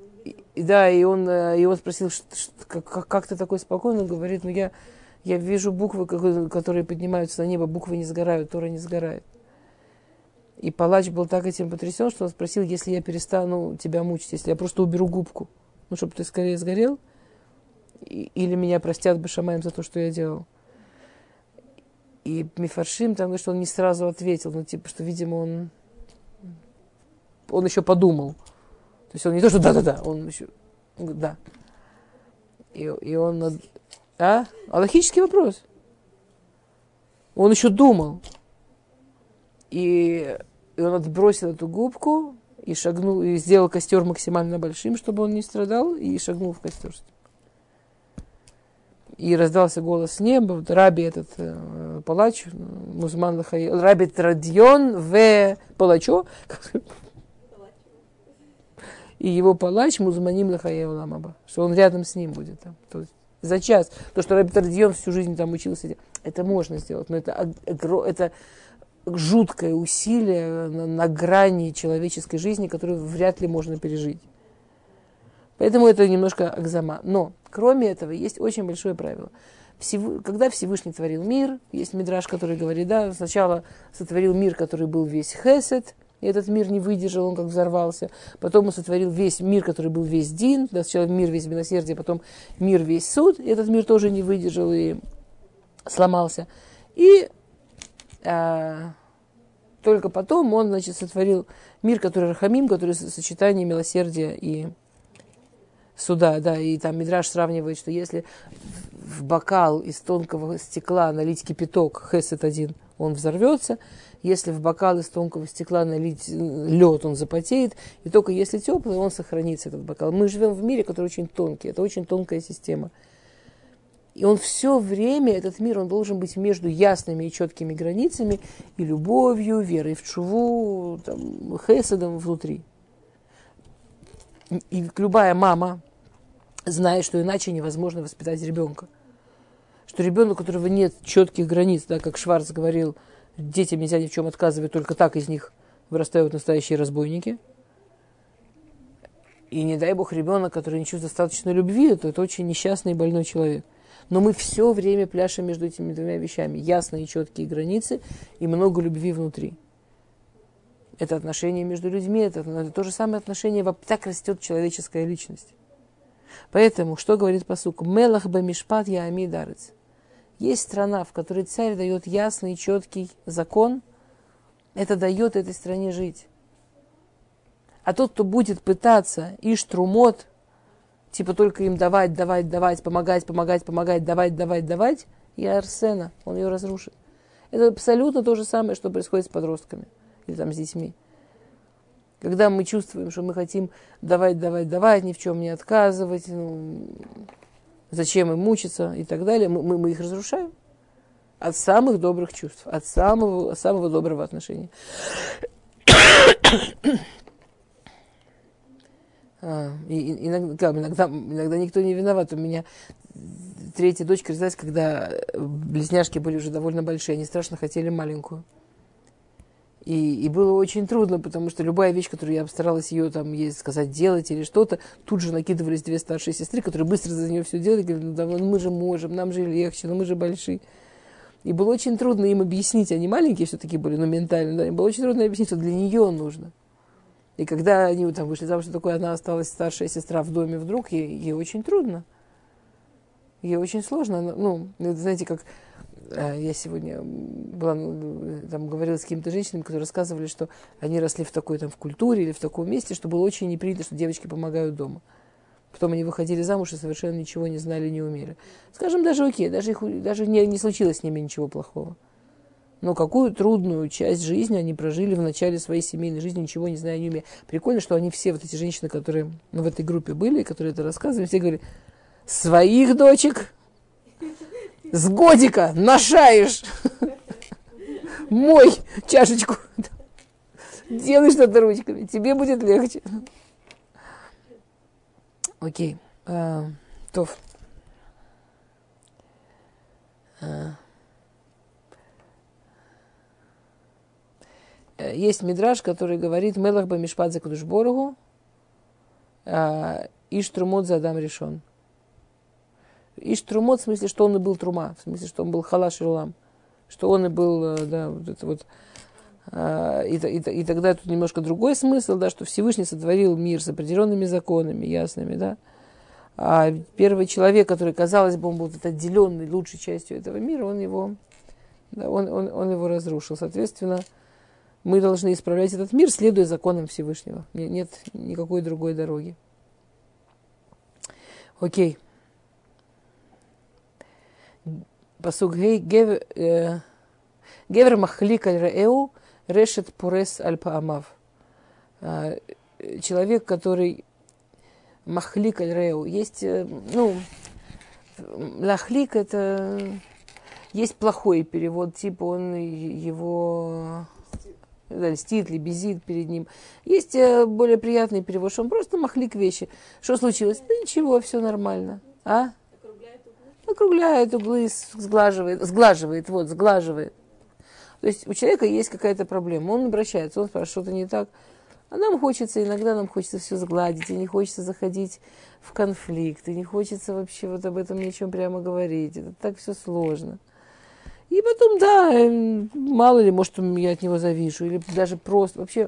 спросил, как ты такой спокойный? Он говорит, я вижу буквы, которые поднимаются на небо, буквы не сгорают, Тора не сгорает. И палач был так этим потрясен, что он спросил, если я перестану тебя мучить, если я просто уберу губку, ну, чтобы ты скорее сгорел, или меня простят бешамаем за то, что я делал. И Мифаршим там говорит, что он не сразу ответил, ну, типа, что, видимо, он еще подумал. То есть он не то, что да-да-да, он еще, он говорит, да. И он, логический вопрос. Он еще думал. И он отбросил эту губку и шагнул, и сделал костер максимально большим, чтобы он не страдал, и шагнул в костер. И раздался голос с неба, вот раби этот палач, Музман Лахаел, раби Традьон в палачо, и его палач Музманим Лахаел Ламаба, что он рядом с ним будет там. То есть за час. То, что раби Традьон всю жизнь там учился, это можно сделать, но это жуткое усилие на грани человеческой жизни, которое вряд ли можно пережить. Поэтому это немножко акзама. Но, кроме этого, есть очень большое правило. Когда Всевышний творил мир, есть мидраш, который говорит, да, сначала сотворил мир, который был весь хесед, и этот мир не выдержал, он как взорвался. Потом он сотворил весь мир, который был весь дин, да, сначала мир весь милосердие, потом мир весь суд, и этот мир тоже не выдержал и сломался. И только потом он, значит, сотворил мир, который рахамим, который сочетание милосердия и суда, да, и там Мидраш сравнивает, что если в бокал из тонкого стекла налить кипяток, хесед один, он взорвется, если в бокал из тонкого стекла налить лед, он запотеет, и только если теплый, он сохранится, этот бокал. Мы живем в мире, который очень тонкий, это очень тонкая система. И он все время, этот мир, он должен быть между ясными и четкими границами и любовью, верой в чуву, там, хеседом внутри. И любая мама знает, что иначе невозможно воспитать ребенка. Что ребенок, у которого нет четких границ, да, как Шварц говорил, детям нельзя ни в чем отказывать, только так из них вырастают настоящие разбойники. И не дай бог ребенок, который не чувствует достаточно любви, то это очень несчастный и больной человек. Но мы все время пляшем между этими двумя вещами. Ясные и четкие границы и много любви внутри. Это отношения между людьми, это то же самое отношение. Так растет человеческая личность. Поэтому, что говорит пасук? Мелах бамишпат яами дарец. Есть страна, в которой царь дает ясный, четкий закон. Это дает этой стране жить. А тот, кто будет пытаться иштрумот, типа только им давать, помогать, давать, и Арсена, он ее разрушит. Это абсолютно то же самое, что происходит с подростками или там с детьми. Когда мы чувствуем, что мы хотим давать, ни в чем не отказывать, зачем им мучиться и так далее, мы их разрушаем. От самых добрых чувств, от самого доброго отношения. Иногда никто не виноват. У меня третья дочка родилась, когда близняшки были уже довольно большие. Они страшно хотели маленькую. И было очень трудно, потому что любая вещь, которую я старалась ее там, ей сказать, делать или что-то, тут же накидывались две старшие сестры, которые быстро за нее все делали, говорили, да, мы же можем, нам же легче, но мы же большие. И было очень трудно им объяснить, они маленькие все-таки были, но ментально, да, им было очень трудно объяснить, что для нее нужно. И когда они там вышли замуж, что такое, она осталась старшая сестра в доме вдруг, ей очень трудно. Ей очень сложно. Знаете, как я сегодня была, там говорила с какими-то женщинами, которые рассказывали, что они росли в такой там в культуре или в таком месте, что было очень не принято, что девочки помогают дома. Потом они выходили замуж и совершенно ничего не знали, не умели. Скажем, даже окей, даже не случилось с ними ничего плохого. Но какую трудную часть жизни они прожили в начале своей семейной жизни, ничего не зная, не умея. Прикольно, что они все, вот эти женщины, которые в этой группе были, которые это рассказывали, все говорили, своих дочек с годика нашаешь. Мой чашечку. Делай что-то ручками, тебе будет легче. Окей. Тов. Есть мидраш, который говорит Мелах бамишпат за кадуш боргу Иштрумот за Адам решен. Иштрумот в смысле, что он и был трума, в смысле, что он был халаш и улам, что он и был, да, вот это вот И тогда тут немножко другой смысл, да, что Всевышний сотворил мир с определенными законами, ясными, да. А первый человек, который, казалось бы, он был отделенный лучшей частью этого мира, он его разрушил. Соответственно, мы должны исправлять этот мир, следуя законам Всевышнего. Нет никакой другой дороги. Окей. Пасук гей гевер махлик аль раэу решет пурес аль паамав. Человек, который махлик аль раэу. Есть, лахлик это есть плохой перевод, типа он его льстит, лебезит перед ним. Есть более приятный перевод, что он просто махлик вещи. Что случилось? Да ничего, все нормально. А? Округляет углы, сглаживает. То есть у человека есть какая-то проблема, он обращается, он спрашивает, что-то не так. А иногда нам хочется все сгладить, и не хочется заходить в конфликт, и не хочется вообще вот об этом ни о чем прямо говорить. Это так все сложно. И потом, да, мало ли, может, я от него завишу, или даже просто, вообще,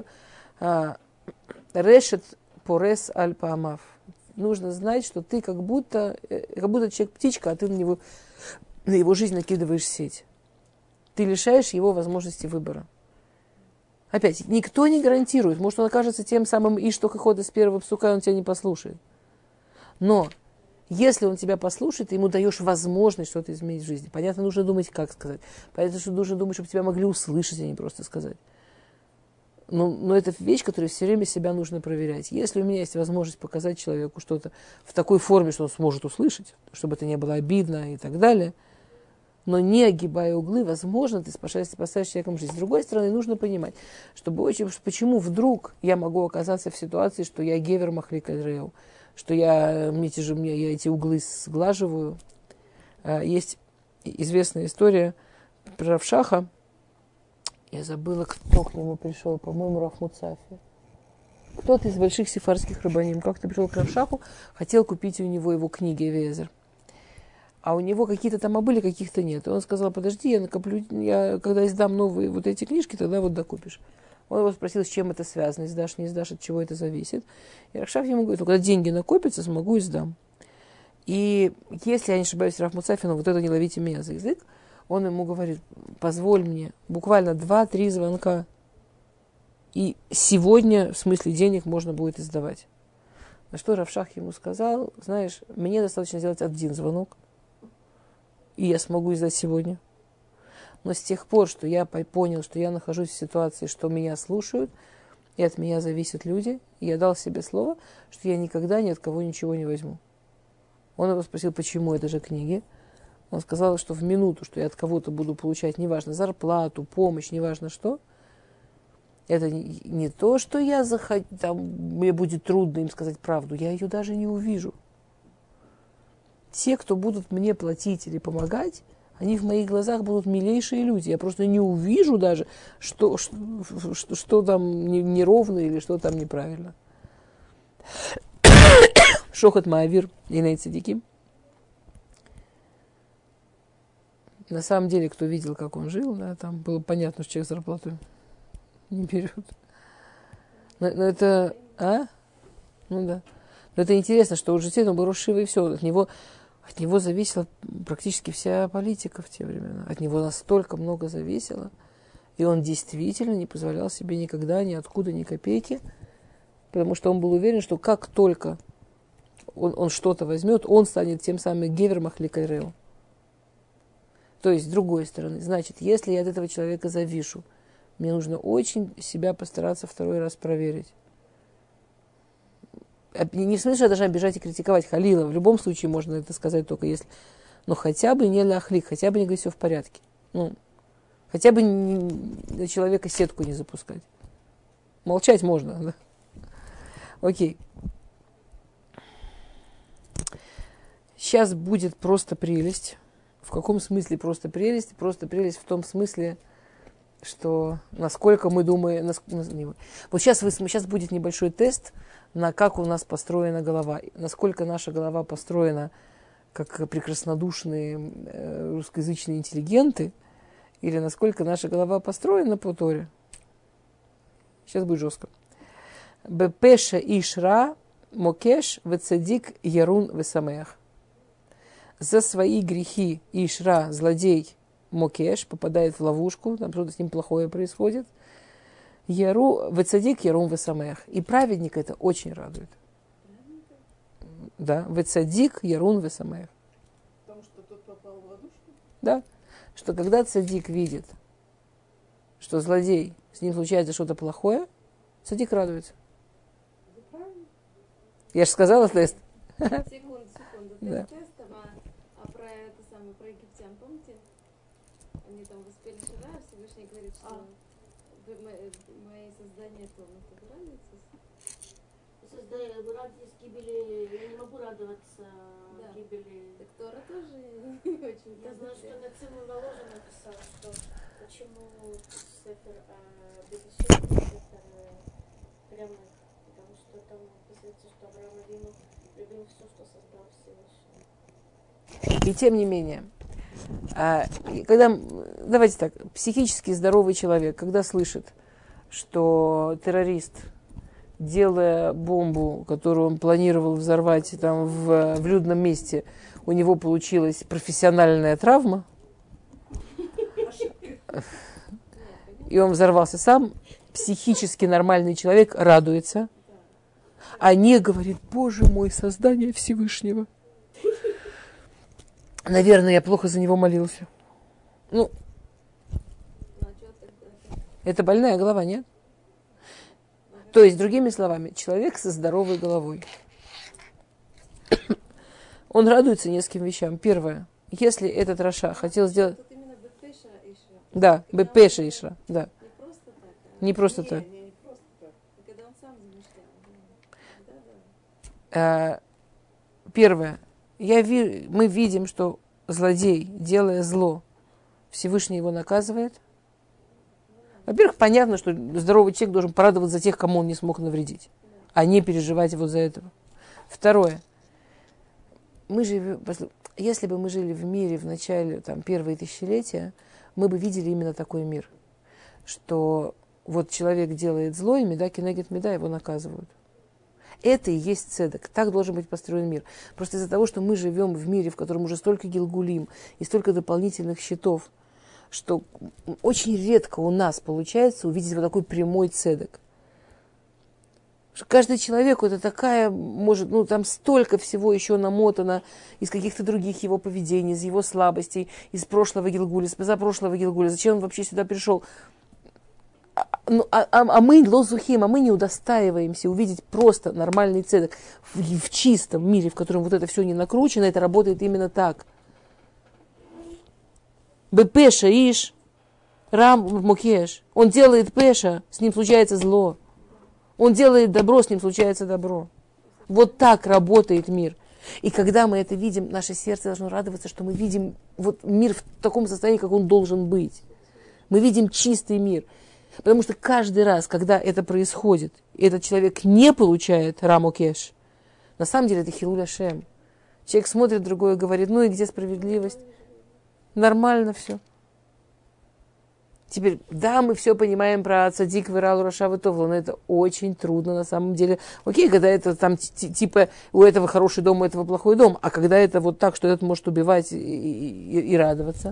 решет порес аль паамав. Нужно знать, что ты как будто человек-птичка, а ты на его жизнь накидываешь сеть. Ты лишаешь его возможности выбора. Опять, никто не гарантирует. Может, он окажется тем самым Иштох и Хода с первого псука, он тебя не послушает. Но если он тебя послушает, ты ему даешь возможность что-то изменить в жизни. Понятно, нужно думать, как сказать. Понятно, что нужно думать, чтобы тебя могли услышать, а не просто сказать. Но это вещь, которую все время себя нужно проверять. Если у меня есть возможность показать человеку что-то в такой форме, что он сможет услышать, чтобы это не было обидно и так далее, но не огибая углы, возможно, ты спасаешь человеком жизнь. С другой стороны, нужно понимать, почему вдруг я могу оказаться в ситуации, что я гевер махлик аль раэу, что я эти углы сглаживаю. Есть известная история про Рав Шаха. Я забыла, кто к нему пришел, по-моему, Рав Муцафи. Кто-то из больших сефардских рабаним как-то пришел к Рав Шаху, хотел купить у него его книги Эвиэзер. А у него какие-то там были, каких-то нет. И он сказал, подожди, я накоплю, когда издам новые вот эти книжки, тогда вот докупишь. Он его спросил, с чем это связано, издашь, не издашь, от чего это зависит. И Рав Шах ему говорит, когда деньги накопятся, смогу издам. И если я не ошибаюсь, Рав Муцафи, вот это не ловите меня за язык, он ему говорит, позволь мне буквально 2-3 звонка, и сегодня, в смысле денег, можно будет издавать. На что Рав Шах ему сказал, знаешь, мне достаточно сделать 1 звонок, и я смогу издать сегодня. Но с тех пор, что я понял, что я нахожусь в ситуации, что меня слушают, и от меня зависят люди, и я дал себе слово, что я никогда ни от кого ничего не возьму. Он его спросил, почему это же книги. Он сказал, что в минуту, что я от кого-то буду получать, неважно, зарплату, помощь, неважно что, это не то, что мне будет трудно им сказать правду, я ее даже не увижу. Те, кто будут мне платить или помогать, они в моих глазах будут милейшие люди. Я просто не увижу даже, что там неровно или что там неправильно. Шохат Маавир и Нейцедики. На самом деле, кто видел, как он жил, да, там было понятно, что человек зарплату не берет. Но это... Ну да. Но это интересно, что уже он был Рошива и все. От него зависела практически вся политика в те времена. От него настолько много зависело. И он действительно не позволял себе никогда, ниоткуда, ни копейки. Потому что он был уверен, что как только он что-то возьмет, он станет тем самым гевер махлик аль раэу. То есть, с другой стороны, значит, если я от этого человека завишу, мне нужно очень себя постараться второй раз проверить. Не в смысле, что я должна бежать и критиковать халила. В любом случае можно это сказать только если... Но хотя бы не ляхлик, хотя бы не говорить все в порядке. Хотя бы на человека сетку не запускать. Молчать можно, да? Окей. Сейчас будет просто прелесть. В каком смысле просто прелесть? Просто прелесть в том смысле, что насколько мы думаем... Вот сейчас будет небольшой тест на как у нас построена голова. Насколько наша голова построена как прекраснодушные русскоязычные интеллигенты, или насколько наша голова построена по Торе. Сейчас будет жестко. Бепеша ишра мокеш вецадик ярун весамех. За свои грехи ишра, злодей, мокеш, попадает в ловушку, там что-то с ним плохое происходит. Яру, вецадик ярун весамех. И праведник это очень радует. Да, вецадик ярун весамех. Потому что тот попал в ловушку? Да, что когда цадик видит, что злодей, с ним случается что-то плохое, цадик радуется. Это правильно? Я же сказала тест. Секунду. Да. Тестом, а про это самое, про египтян, помните? Они там воспели Шира, Всевышний говорит, что мои создания полностью радуются. Радость гибели, я не могу радоваться гибели. Так Тора тоже не очень. Я знаю, что на целую Воложа написала, что почему Сефер Бетишев, прямо, потому что там описывается, что Авраам Авину любил все, что создал Всевышний. И тем не менее, когда, давайте так, психически здоровый человек, когда слышит, что террорист, делая бомбу, которую он планировал взорвать там в людном месте, у него получилась профессиональная травма, и он взорвался сам, психически нормальный человек радуется, а не говорит: Боже мой, создание Всевышнего. Наверное, я плохо за него молился. Ну, это больная голова, нет? То есть, другими словами, человек со здоровой головой. Он радуется нескольким вещам. Первое. Если этот Раша хотел сделать... Тут именно Бепеша Ишра. Да, Бепеша Ишра, да. Не просто так, Не просто так. Не просто так. когда он сам замышлял. Первое. Мы видим, что злодей, делая зло, Всевышний его наказывает. Во-первых, понятно, что здоровый человек должен порадоваться за тех, кому он не смог навредить, а не переживать вот за этого. Второе. Если бы мы жили в мире в начале первые тысячелетия, мы бы видели именно такой мир, что вот человек делает зло, и меда кинегет меда, его наказывают. Это и есть цедек. Так должен быть построен мир. Просто из-за того, что мы живем в мире, в котором уже столько гилгулим и столько дополнительных счетов, что очень редко у нас получается увидеть вот такой прямой цедек. Каждый человек, это такая, может, там столько всего еще намотано из каких-то других его поведений, из его слабостей, из прошлого Гилгуля, из позапрошлого Гилгуля. Зачем он вообще сюда пришел? Мы лозухим, мы не удостаиваемся увидеть просто нормальный цедек в чистом мире, в котором вот это все не накручено, это работает именно так. Бепеша иш, рам мукеш. Он делает пеша, с ним случается зло. Он делает добро, с ним случается добро. Вот так работает мир. И когда мы это видим, наше сердце должно радоваться, что мы видим вот мир в таком состоянии, как он должен быть. Мы видим чистый мир. Потому что каждый раз, когда это происходит, и этот человек не получает рамукеш, на самом деле это хилуль ашем. Человек смотрит другое и говорит: ну и где справедливость? Нормально все. Теперь, да, мы все понимаем про цадик, виралу, раша, витовлу, но это очень трудно на самом деле. Окей, когда это там типа у этого хороший дом, у этого плохой дом, а когда это вот так, что этот может убивать и радоваться,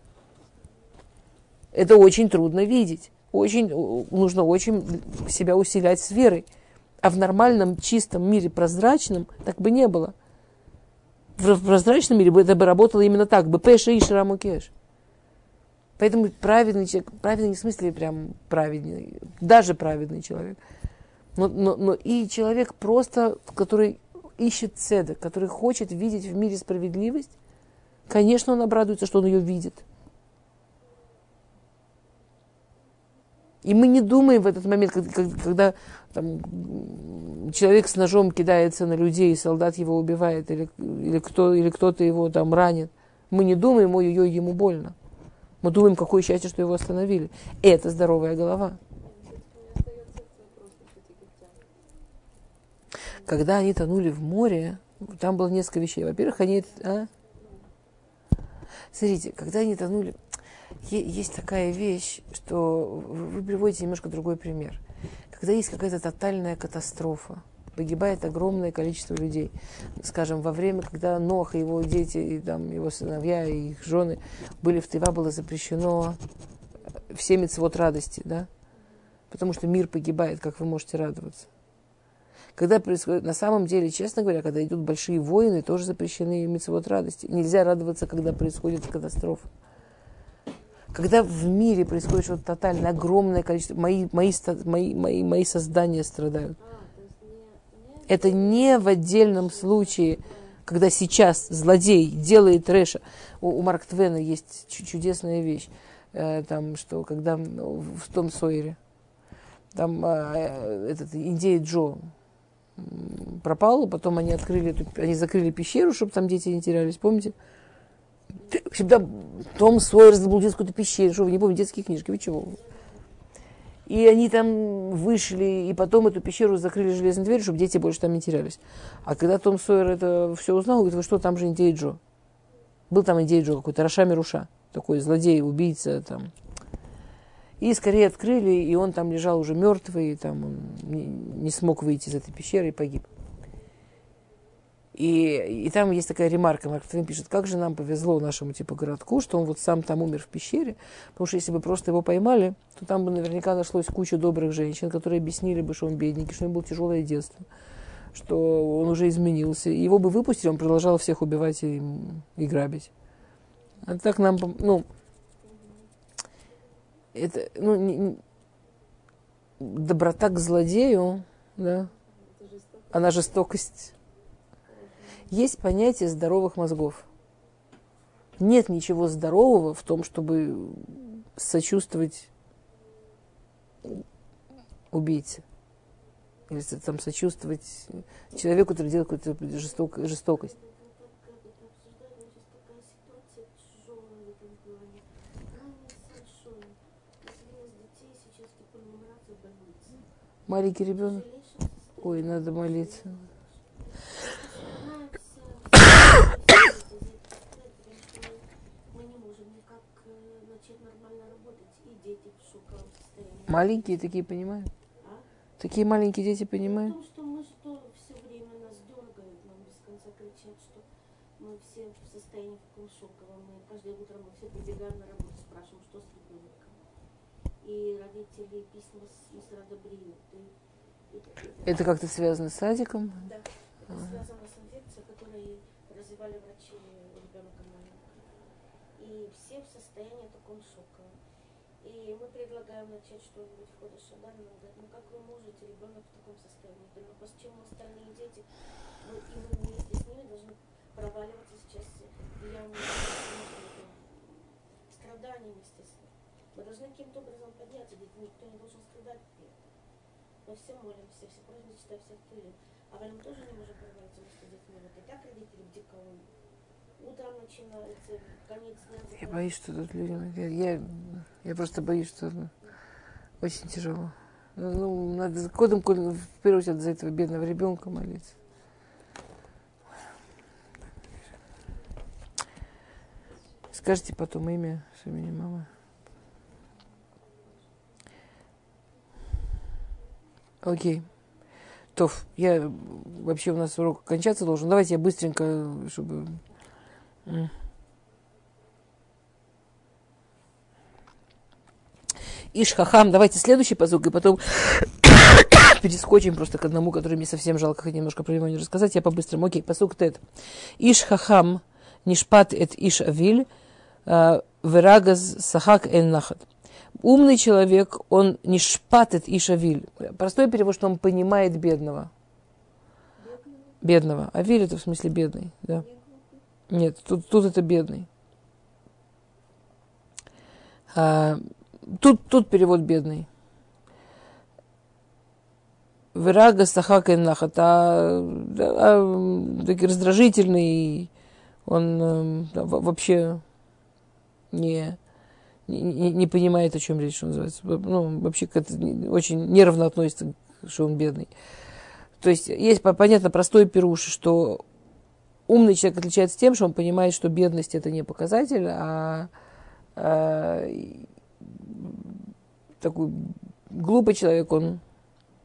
это очень трудно видеть. Нужно очень себя усилять с верой. А в нормальном, чистом мире, прозрачном, так бы не было. В прозрачном мире это бы работало именно так. Бепеша и шрамукеш. Поэтому праведный человек, праведный не в смысле прям праведный, даже праведный человек, но и человек просто, который ищет цедек, который хочет видеть в мире справедливость, конечно, он обрадуется, что он ее видит. И мы не думаем в этот момент, когда там, человек с ножом кидается на людей, и солдат его убивает, или кто-то его там ранит. Мы не думаем: ой-ой-ой, ему больно. Мы думаем, какое счастье, что его остановили. Это здоровая голова. Когда они тонули в море, там было несколько вещей. Во-первых, Смотрите, когда они тонули... Есть такая вещь, что вы приводите немножко другой пример. когда есть какая-то тотальная катастрофа, погибает огромное количество людей. Скажем, во время, когда Нох и его дети, и там, его сыновья и их жены были в Тейва, было запрещено все мицвот радости, да? Потому что мир погибает, как вы можете радоваться. Когда происходит, на самом деле, честно говоря, когда идут большие войны, тоже запрещены мицвот радости. Нельзя радоваться, когда происходит катастрофа. Когда в мире происходит что-то тотальное, огромное количество, мои создания страдают. Это не в отдельном случае, когда сейчас злодей делает Реша. У Марк Твена есть чудесная вещь, там, что когда в Том Сойере, там этот индеец Джо пропал, потом они закрыли пещеру, чтобы там дети не терялись, помните? Всегда Том Сойер заблудился в какой-то пещере, что вы не помните, детские книжки, вы чего? И они там вышли, и потом эту пещеру закрыли железной дверью, чтобы дети больше там не терялись. А когда Том Сойер это все узнал, говорит, вы что, там же индей Джо. Был там индей Джо какой-то, Раша-Мируша, такой злодей, убийца там. И скорее открыли, и он там лежал уже мертвый, и там он не смог выйти из этой пещеры и погиб. И там есть такая ремарка, Марк Твен пишет, как же нам повезло нашему типа городку, что он вот сам там умер в пещере, потому что если бы просто его поймали, то там бы наверняка нашлось куча добрых женщин, которые объяснили бы, что он бедненький, что у него было тяжелое детство, что он уже изменился. И его бы выпустили, он продолжал всех убивать и грабить. А так нам, доброта к злодею, да, она жестокость. Есть понятие здоровых мозгов. Нет ничего здорового в том, чтобы сочувствовать убийце. Или там сочувствовать человеку, который делает какую-то жестокость. Маленький ребенок. Ой, надо молиться. Маленькие такие понимают? Такие маленькие дети понимают? Потому что мы все время нас дергают, нам без конца кричат, что мы все в состоянии такого шоковом. Мы каждое утро мы все прибегаем на работу, спрашиваем, что с ребенком. И родители письма с Мисрадобрию. Это как-то связано с садиком? Да, это связано с инфекцией, которую развивали врачи ребенка маленького. И все в состоянии такого шока. И мы предлагаем начать что-нибудь в ходе Шадар. Нам говорят, ну как вы можете, ребенок в таком состоянии? Я говорю, почему остальные дети, и мы вместе с ними должны проваливаться сейчас в яму страданиями, естественно. Мы должны каким-то образом подняться, никто не должен страдать при этом. Мы все молимся, все просьбы читаем, все втылим. А мы тоже не можем провалиться вместе с детьми. Вот и так родители в диковоне. Утром начинается, конец дня. Я боюсь, что тут люди... Я просто боюсь, что очень тяжело. Ну, надо в первую очередь за этого бедного ребенка молиться. Скажите потом имя, что имени мама. Окей. Тоф, вообще у нас урок кончаться должен. Давайте я быстренько, чтобы... Иш-хахам. Давайте следующий пазук, и потом перескочим просто к одному, который мне совсем жалко, хоть немножко про него не рассказать. Я по-быстрому. Окей, пазук тет. Иш-хахам нишпат эт иш-авиль верагаз сахак эн нахат. Умный человек, он нишпат эт иш-авиль. Простой перевод, что он понимает бедного. Бедного. Авиль это в смысле бедный, да. Нет, тут это бедный. Тут перевод бедный. Верага сахака и нахат. Такой раздражительный. Он вообще не понимает, о чем речь, что называется. Ну, вообще очень нервно относится, что он бедный. То есть, есть, понятно, простой пируш, что умный человек отличается тем, что он понимает, что бедность это не показатель, такой глупый человек, он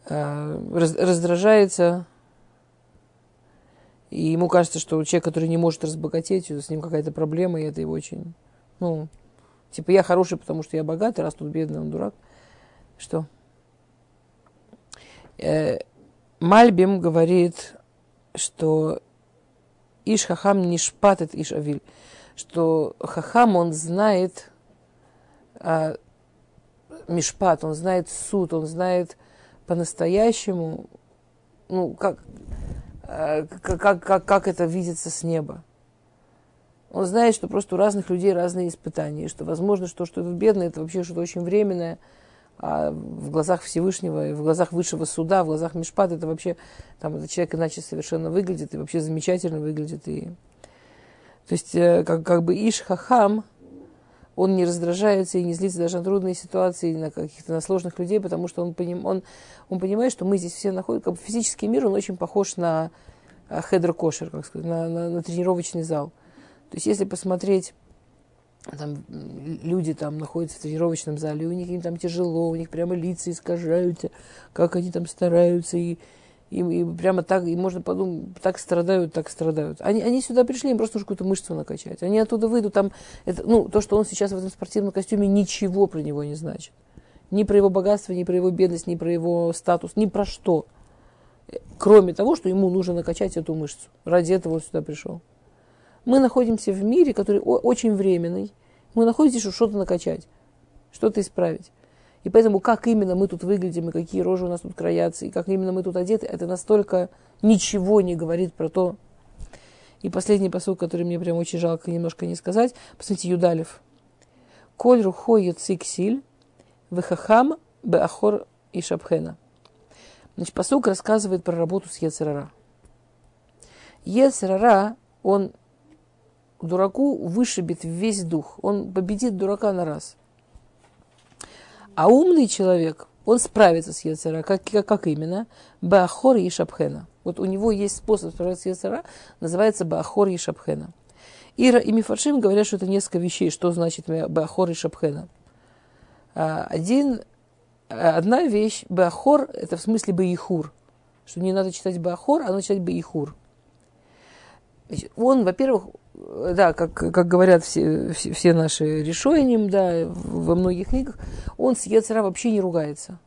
раздражается, и ему кажется, что человек, который не может разбогатеть, с ним какая-то проблема, и это его очень, типа, я хороший, потому что я богатый, раз тут бедный, он дурак. Что? Мальбим говорит, что Иш Хахам не шпатет Иш Авиль, что Хахам, он знает мишпат, он знает суд, он знает по-настоящему, как это видится с неба. Он знает, что просто у разных людей разные испытания, что возможно, что этот бедный, это вообще что-то очень временное, а в глазах Всевышнего, в глазах высшего суда, в глазах мишпат, это вообще, там этот человек иначе совершенно выглядит, и вообще замечательно выглядит. То есть, как бы Иш Хахам, он не раздражается и не злится даже на трудные ситуации, на каких-то на сложных людей, потому что он понимает, что мы здесь все находимся, как бы физический мир, он очень похож на хедер кошер, как сказать, на тренировочный зал. То есть, если посмотреть, там люди там находятся в тренировочном зале, у них им там тяжело, у них прямо лица искажаются, как они там стараются, и прямо так, и можно подумать, так страдают. Они сюда пришли, им просто нужно какую-то мышцу накачать. Они оттуда выйдут, там, то, что он сейчас в этом спортивном костюме, ничего про него не значит. Ни про его богатство, ни про его бедность, ни про его статус, ни про что. Кроме того, что ему нужно накачать эту мышцу. Ради этого он сюда пришел. Мы находимся в мире, который очень временный. Мы находимся, чтобы что-то накачать, что-то исправить. И поэтому, как именно мы тут выглядим, и какие рожи у нас тут краятся, и как именно мы тут одеты, это настолько ничего не говорит про то. И последний посыл, который мне прям очень жалко немножко не сказать, посмотрите, Юдалев. Коль рухо йоциксиль, вехахам беахор и шабхена. Значит, посыл рассказывает про работу с Йецер ара. Йецер ара, он дураку вышибет весь дух, он победит дурака на раз. А умный человек, он справится с Йецер ара. Как именно? Беахор и шабхена. Вот у него есть способ справиться с Йецер ара, называется Беахор и шабхена. Ира и Мифаршим говорят, что это несколько вещей, что значит Беахор и шабхена. Одна вещь, Беахор, это в смысле Беихур, что не надо читать Беахор, а надо читать Беихур. Он, во-первых, да, как говорят все наши решения, да, во многих книгах, он с Йецер ара вообще не ругается.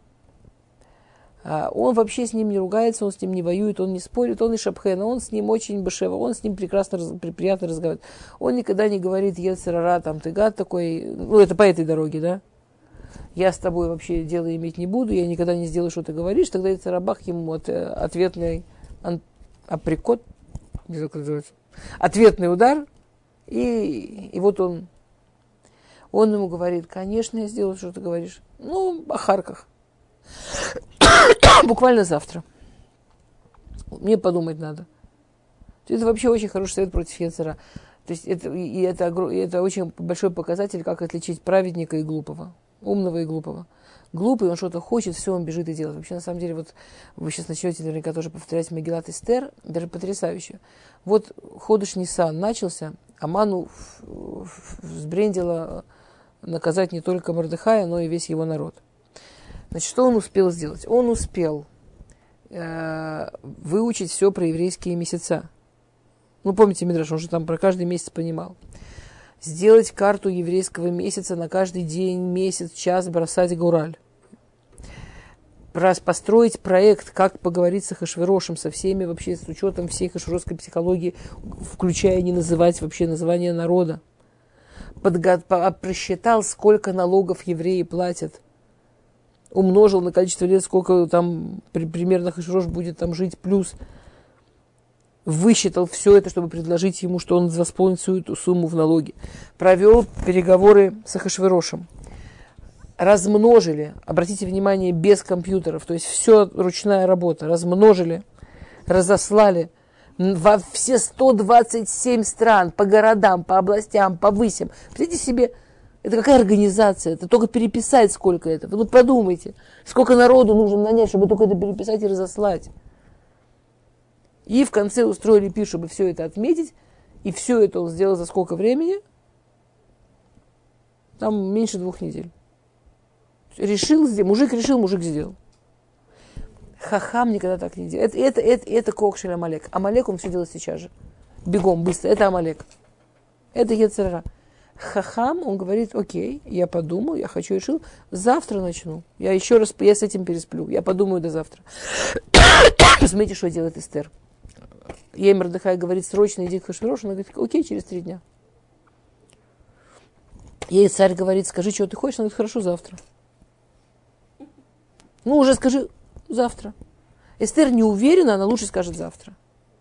Он вообще с ним не ругается, он с ним не воюет, он не спорит, он и шабхена, он с ним очень бешева, он с ним прекрасно, приятно разговаривает. Он никогда не говорит Йецер ара, там, ты гад такой, это по этой дороге, да. Я с тобой вообще дело иметь не буду, я никогда не сделаю, что ты говоришь, тогда Йецер ара бах ему ответный априкот, не знаю, как называется, ответный удар, и вот он ему говорит, конечно, я сделаю, что ты говоришь. О харках. Буквально завтра. Мне подумать надо. Это вообще очень хороший совет против Йецер ара. То есть это очень большой показатель, как отличить праведника и глупого. Умного и глупого. Глупый, он что-то хочет, все, он бежит и делает. Вообще, на самом деле, вот вы сейчас начнете наверняка тоже повторять Мегилат Эстер, даже потрясающе. Вот Ходеш Нисан начался, Аману взбрендила наказать не только Мордехая, но и весь его народ. Значит, что он успел сделать? Он успел выучить все про еврейские месяца. Помните, Мидраш, он же там про каждый месяц понимал. Сделать карту еврейского месяца на каждый день, месяц, час, бросать гураль. Построить проект, как поговорить с Ахашверошем, со всеми вообще, с учетом всей хашверошской психологии, включая не называть вообще название народа. Просчитал, сколько налогов евреи платят. Умножил на количество лет, сколько там примерно Ахашверош будет там жить, плюс высчитал все это, чтобы предложить ему, что он восполнит всю эту сумму в налоги. Провел переговоры с Ахашверошем. Размножили, обратите внимание, без компьютеров, то есть все ручная работа. Размножили, разослали во все 127 стран, по городам, по областям, по высям. Представьте себе, это какая организация, это только переписать сколько это. Вы подумайте, сколько народу нужно нанять, чтобы только это переписать и разослать. И в конце устроили пир, чтобы все это отметить. И все это он сделал за сколько времени? Там меньше 2 недель. Мужик решил, мужик сделал. Хахам никогда так не делает. Это кокшель Амалек. Амалек он все делает сейчас же. Бегом, быстро. Это Амалек. Это Йецер ара. Хахам, он говорит, окей, я подумал, я хочу, решил, завтра начну. Я с этим пересплю. Я подумаю до завтра. Посмотрите, что делает Эстер. Ей Мордехай говорит, срочно иди к Ахашверошу. Она говорит, окей, через 3 дня. Ей царь говорит, скажи, чего ты хочешь. Она говорит, хорошо, завтра. Ну, уже скажи завтра. Эстер не уверена, она лучше скажет завтра.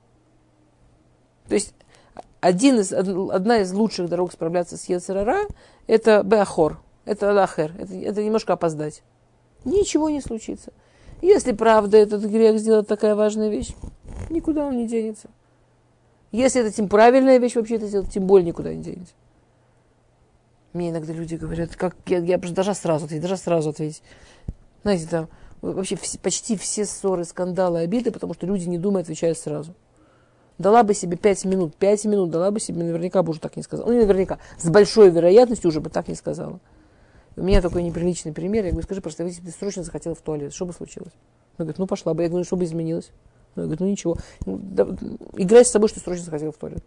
То есть, одна из лучших дорог справляться с Йецер ара – это беахор, это лахер, это немножко опоздать. Ничего не случится. Если правда этот грех сделать такая важная вещь, никуда он не денется. Если это правильная вещь вообще это сделать, тем более никуда не денется. Мне иногда люди говорят, как я должна сразу ответить. Знаете, там вообще почти все ссоры, скандалы, обиды, потому что люди не думают, отвечают сразу. Дала бы себе 5 минут, дала бы себе, наверняка бы уже так не сказала. Ну, не наверняка, с большой вероятностью уже бы так не сказала. У меня такой неприличный пример. Я говорю, скажи, просто, если ты срочно захотела в туалет, что бы случилось? Она говорит, пошла бы. Я говорю, что бы изменилось? Она говорит, ничего. Играй с собой, что ты срочно захотела в туалет.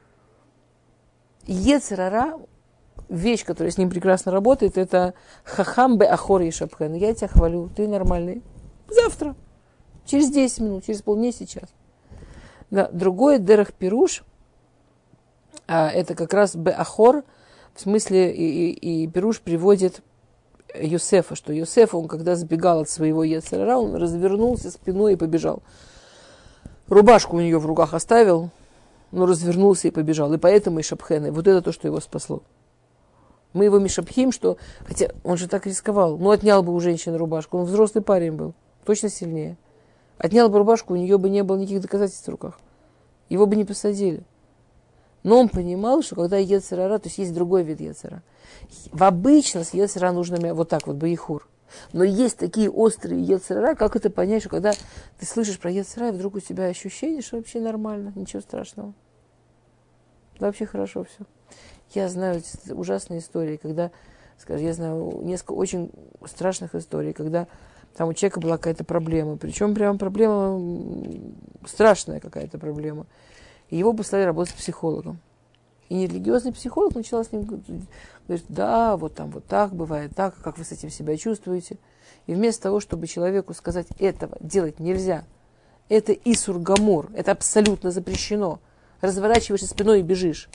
Йецер ара, вещь, которая с ним прекрасно работает, это хахам беахор и шапхэн. Я тебя хвалю, ты нормальный. Завтра. Через 10 минут, через полдня, сейчас. Да, другой дерех пируш, это как раз беахор, в смысле и пируш приводит Йосефа, что Йосеф, он когда сбегал от своего Йецер ара, он развернулся спиной и побежал. Рубашку у нее в руках оставил, но развернулся и побежал. И поэтому и шапхены. Вот это то, что его спасло. Мы его мишапхим, что... Хотя он же так рисковал. Отнял бы у женщины рубашку. Он взрослый парень был. Точно сильнее. Отнял бы рубашку, у нее бы не было никаких доказательств в руках. Его бы не посадили. Но он понимал, что когда Йецер ара, то есть другой вид Йецер ара. Обычно с Йецер ара нужно вот так вот, баихур. Но есть такие острые Йецер ара, как это понять, что когда ты слышишь про Йецер ара, вдруг у тебя ощущение, что вообще нормально, ничего страшного. Вообще хорошо все. Я знаю ужасные истории, когда, скажем, я знаю несколько очень страшных историй, когда там у человека была какая-то проблема, причем прям проблема, страшная какая-то проблема. И его послали работать с психологом. И нерелигиозный психолог начал с ним говорить, да, вот там вот так, бывает так, как вы с этим себя чувствуете. И вместо того, чтобы человеку сказать, этого делать нельзя, это исур гамур, это абсолютно запрещено, разворачиваешься спиной и бежишь.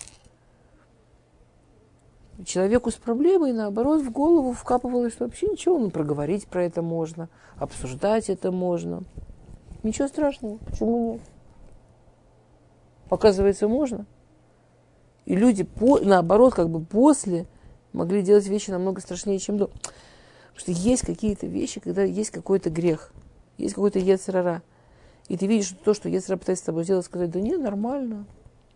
Человеку с проблемой, наоборот, в голову вкапывалось, что вообще ничего, проговорить про это можно, обсуждать это можно. Ничего страшного, почему нет? Оказывается, можно. И люди, наоборот, после могли делать вещи намного страшнее, чем до. Потому что есть какие-то вещи, когда есть какой-то грех, есть какой-то Йецер ара. И ты видишь, что то, что Йецер ара пытается с тобой сделать, сказать, да нет, нормально.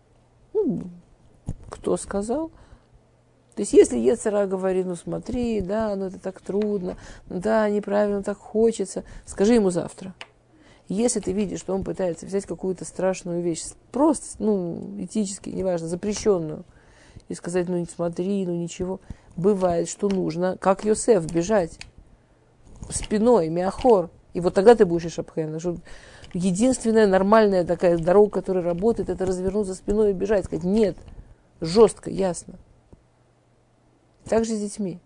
Кто сказал? То есть, если Йецер ара говорит, смотри, да, это так трудно, да, неправильно, так хочется, скажи ему завтра. Если ты видишь, что он пытается взять какую-то страшную вещь, просто, этически, неважно, запрещенную, и сказать, не смотри, ничего, бывает, что нужно, как Йосеф, бежать спиной, миахор, и вот тогда ты будешь и шапхен. Единственная нормальная такая дорога, которая работает, это развернуться спиной и бежать, сказать, нет, жестко, ясно. Так же с детьми.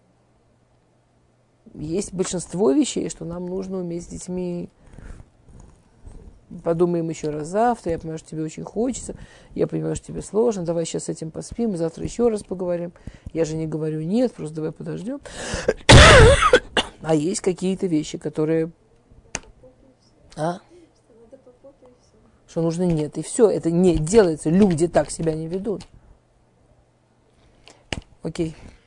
Есть большинство вещей, что нам нужно уметь с детьми. Подумаем еще раз завтра, я понимаю, что тебе очень хочется, я понимаю, что тебе сложно, давай сейчас с этим поспим, завтра еще раз поговорим. Я же не говорю нет, просто давай подождем. А есть какие-то вещи, которые... Что нужно нет, и все, это не делается, люди так себя не ведут. Окей.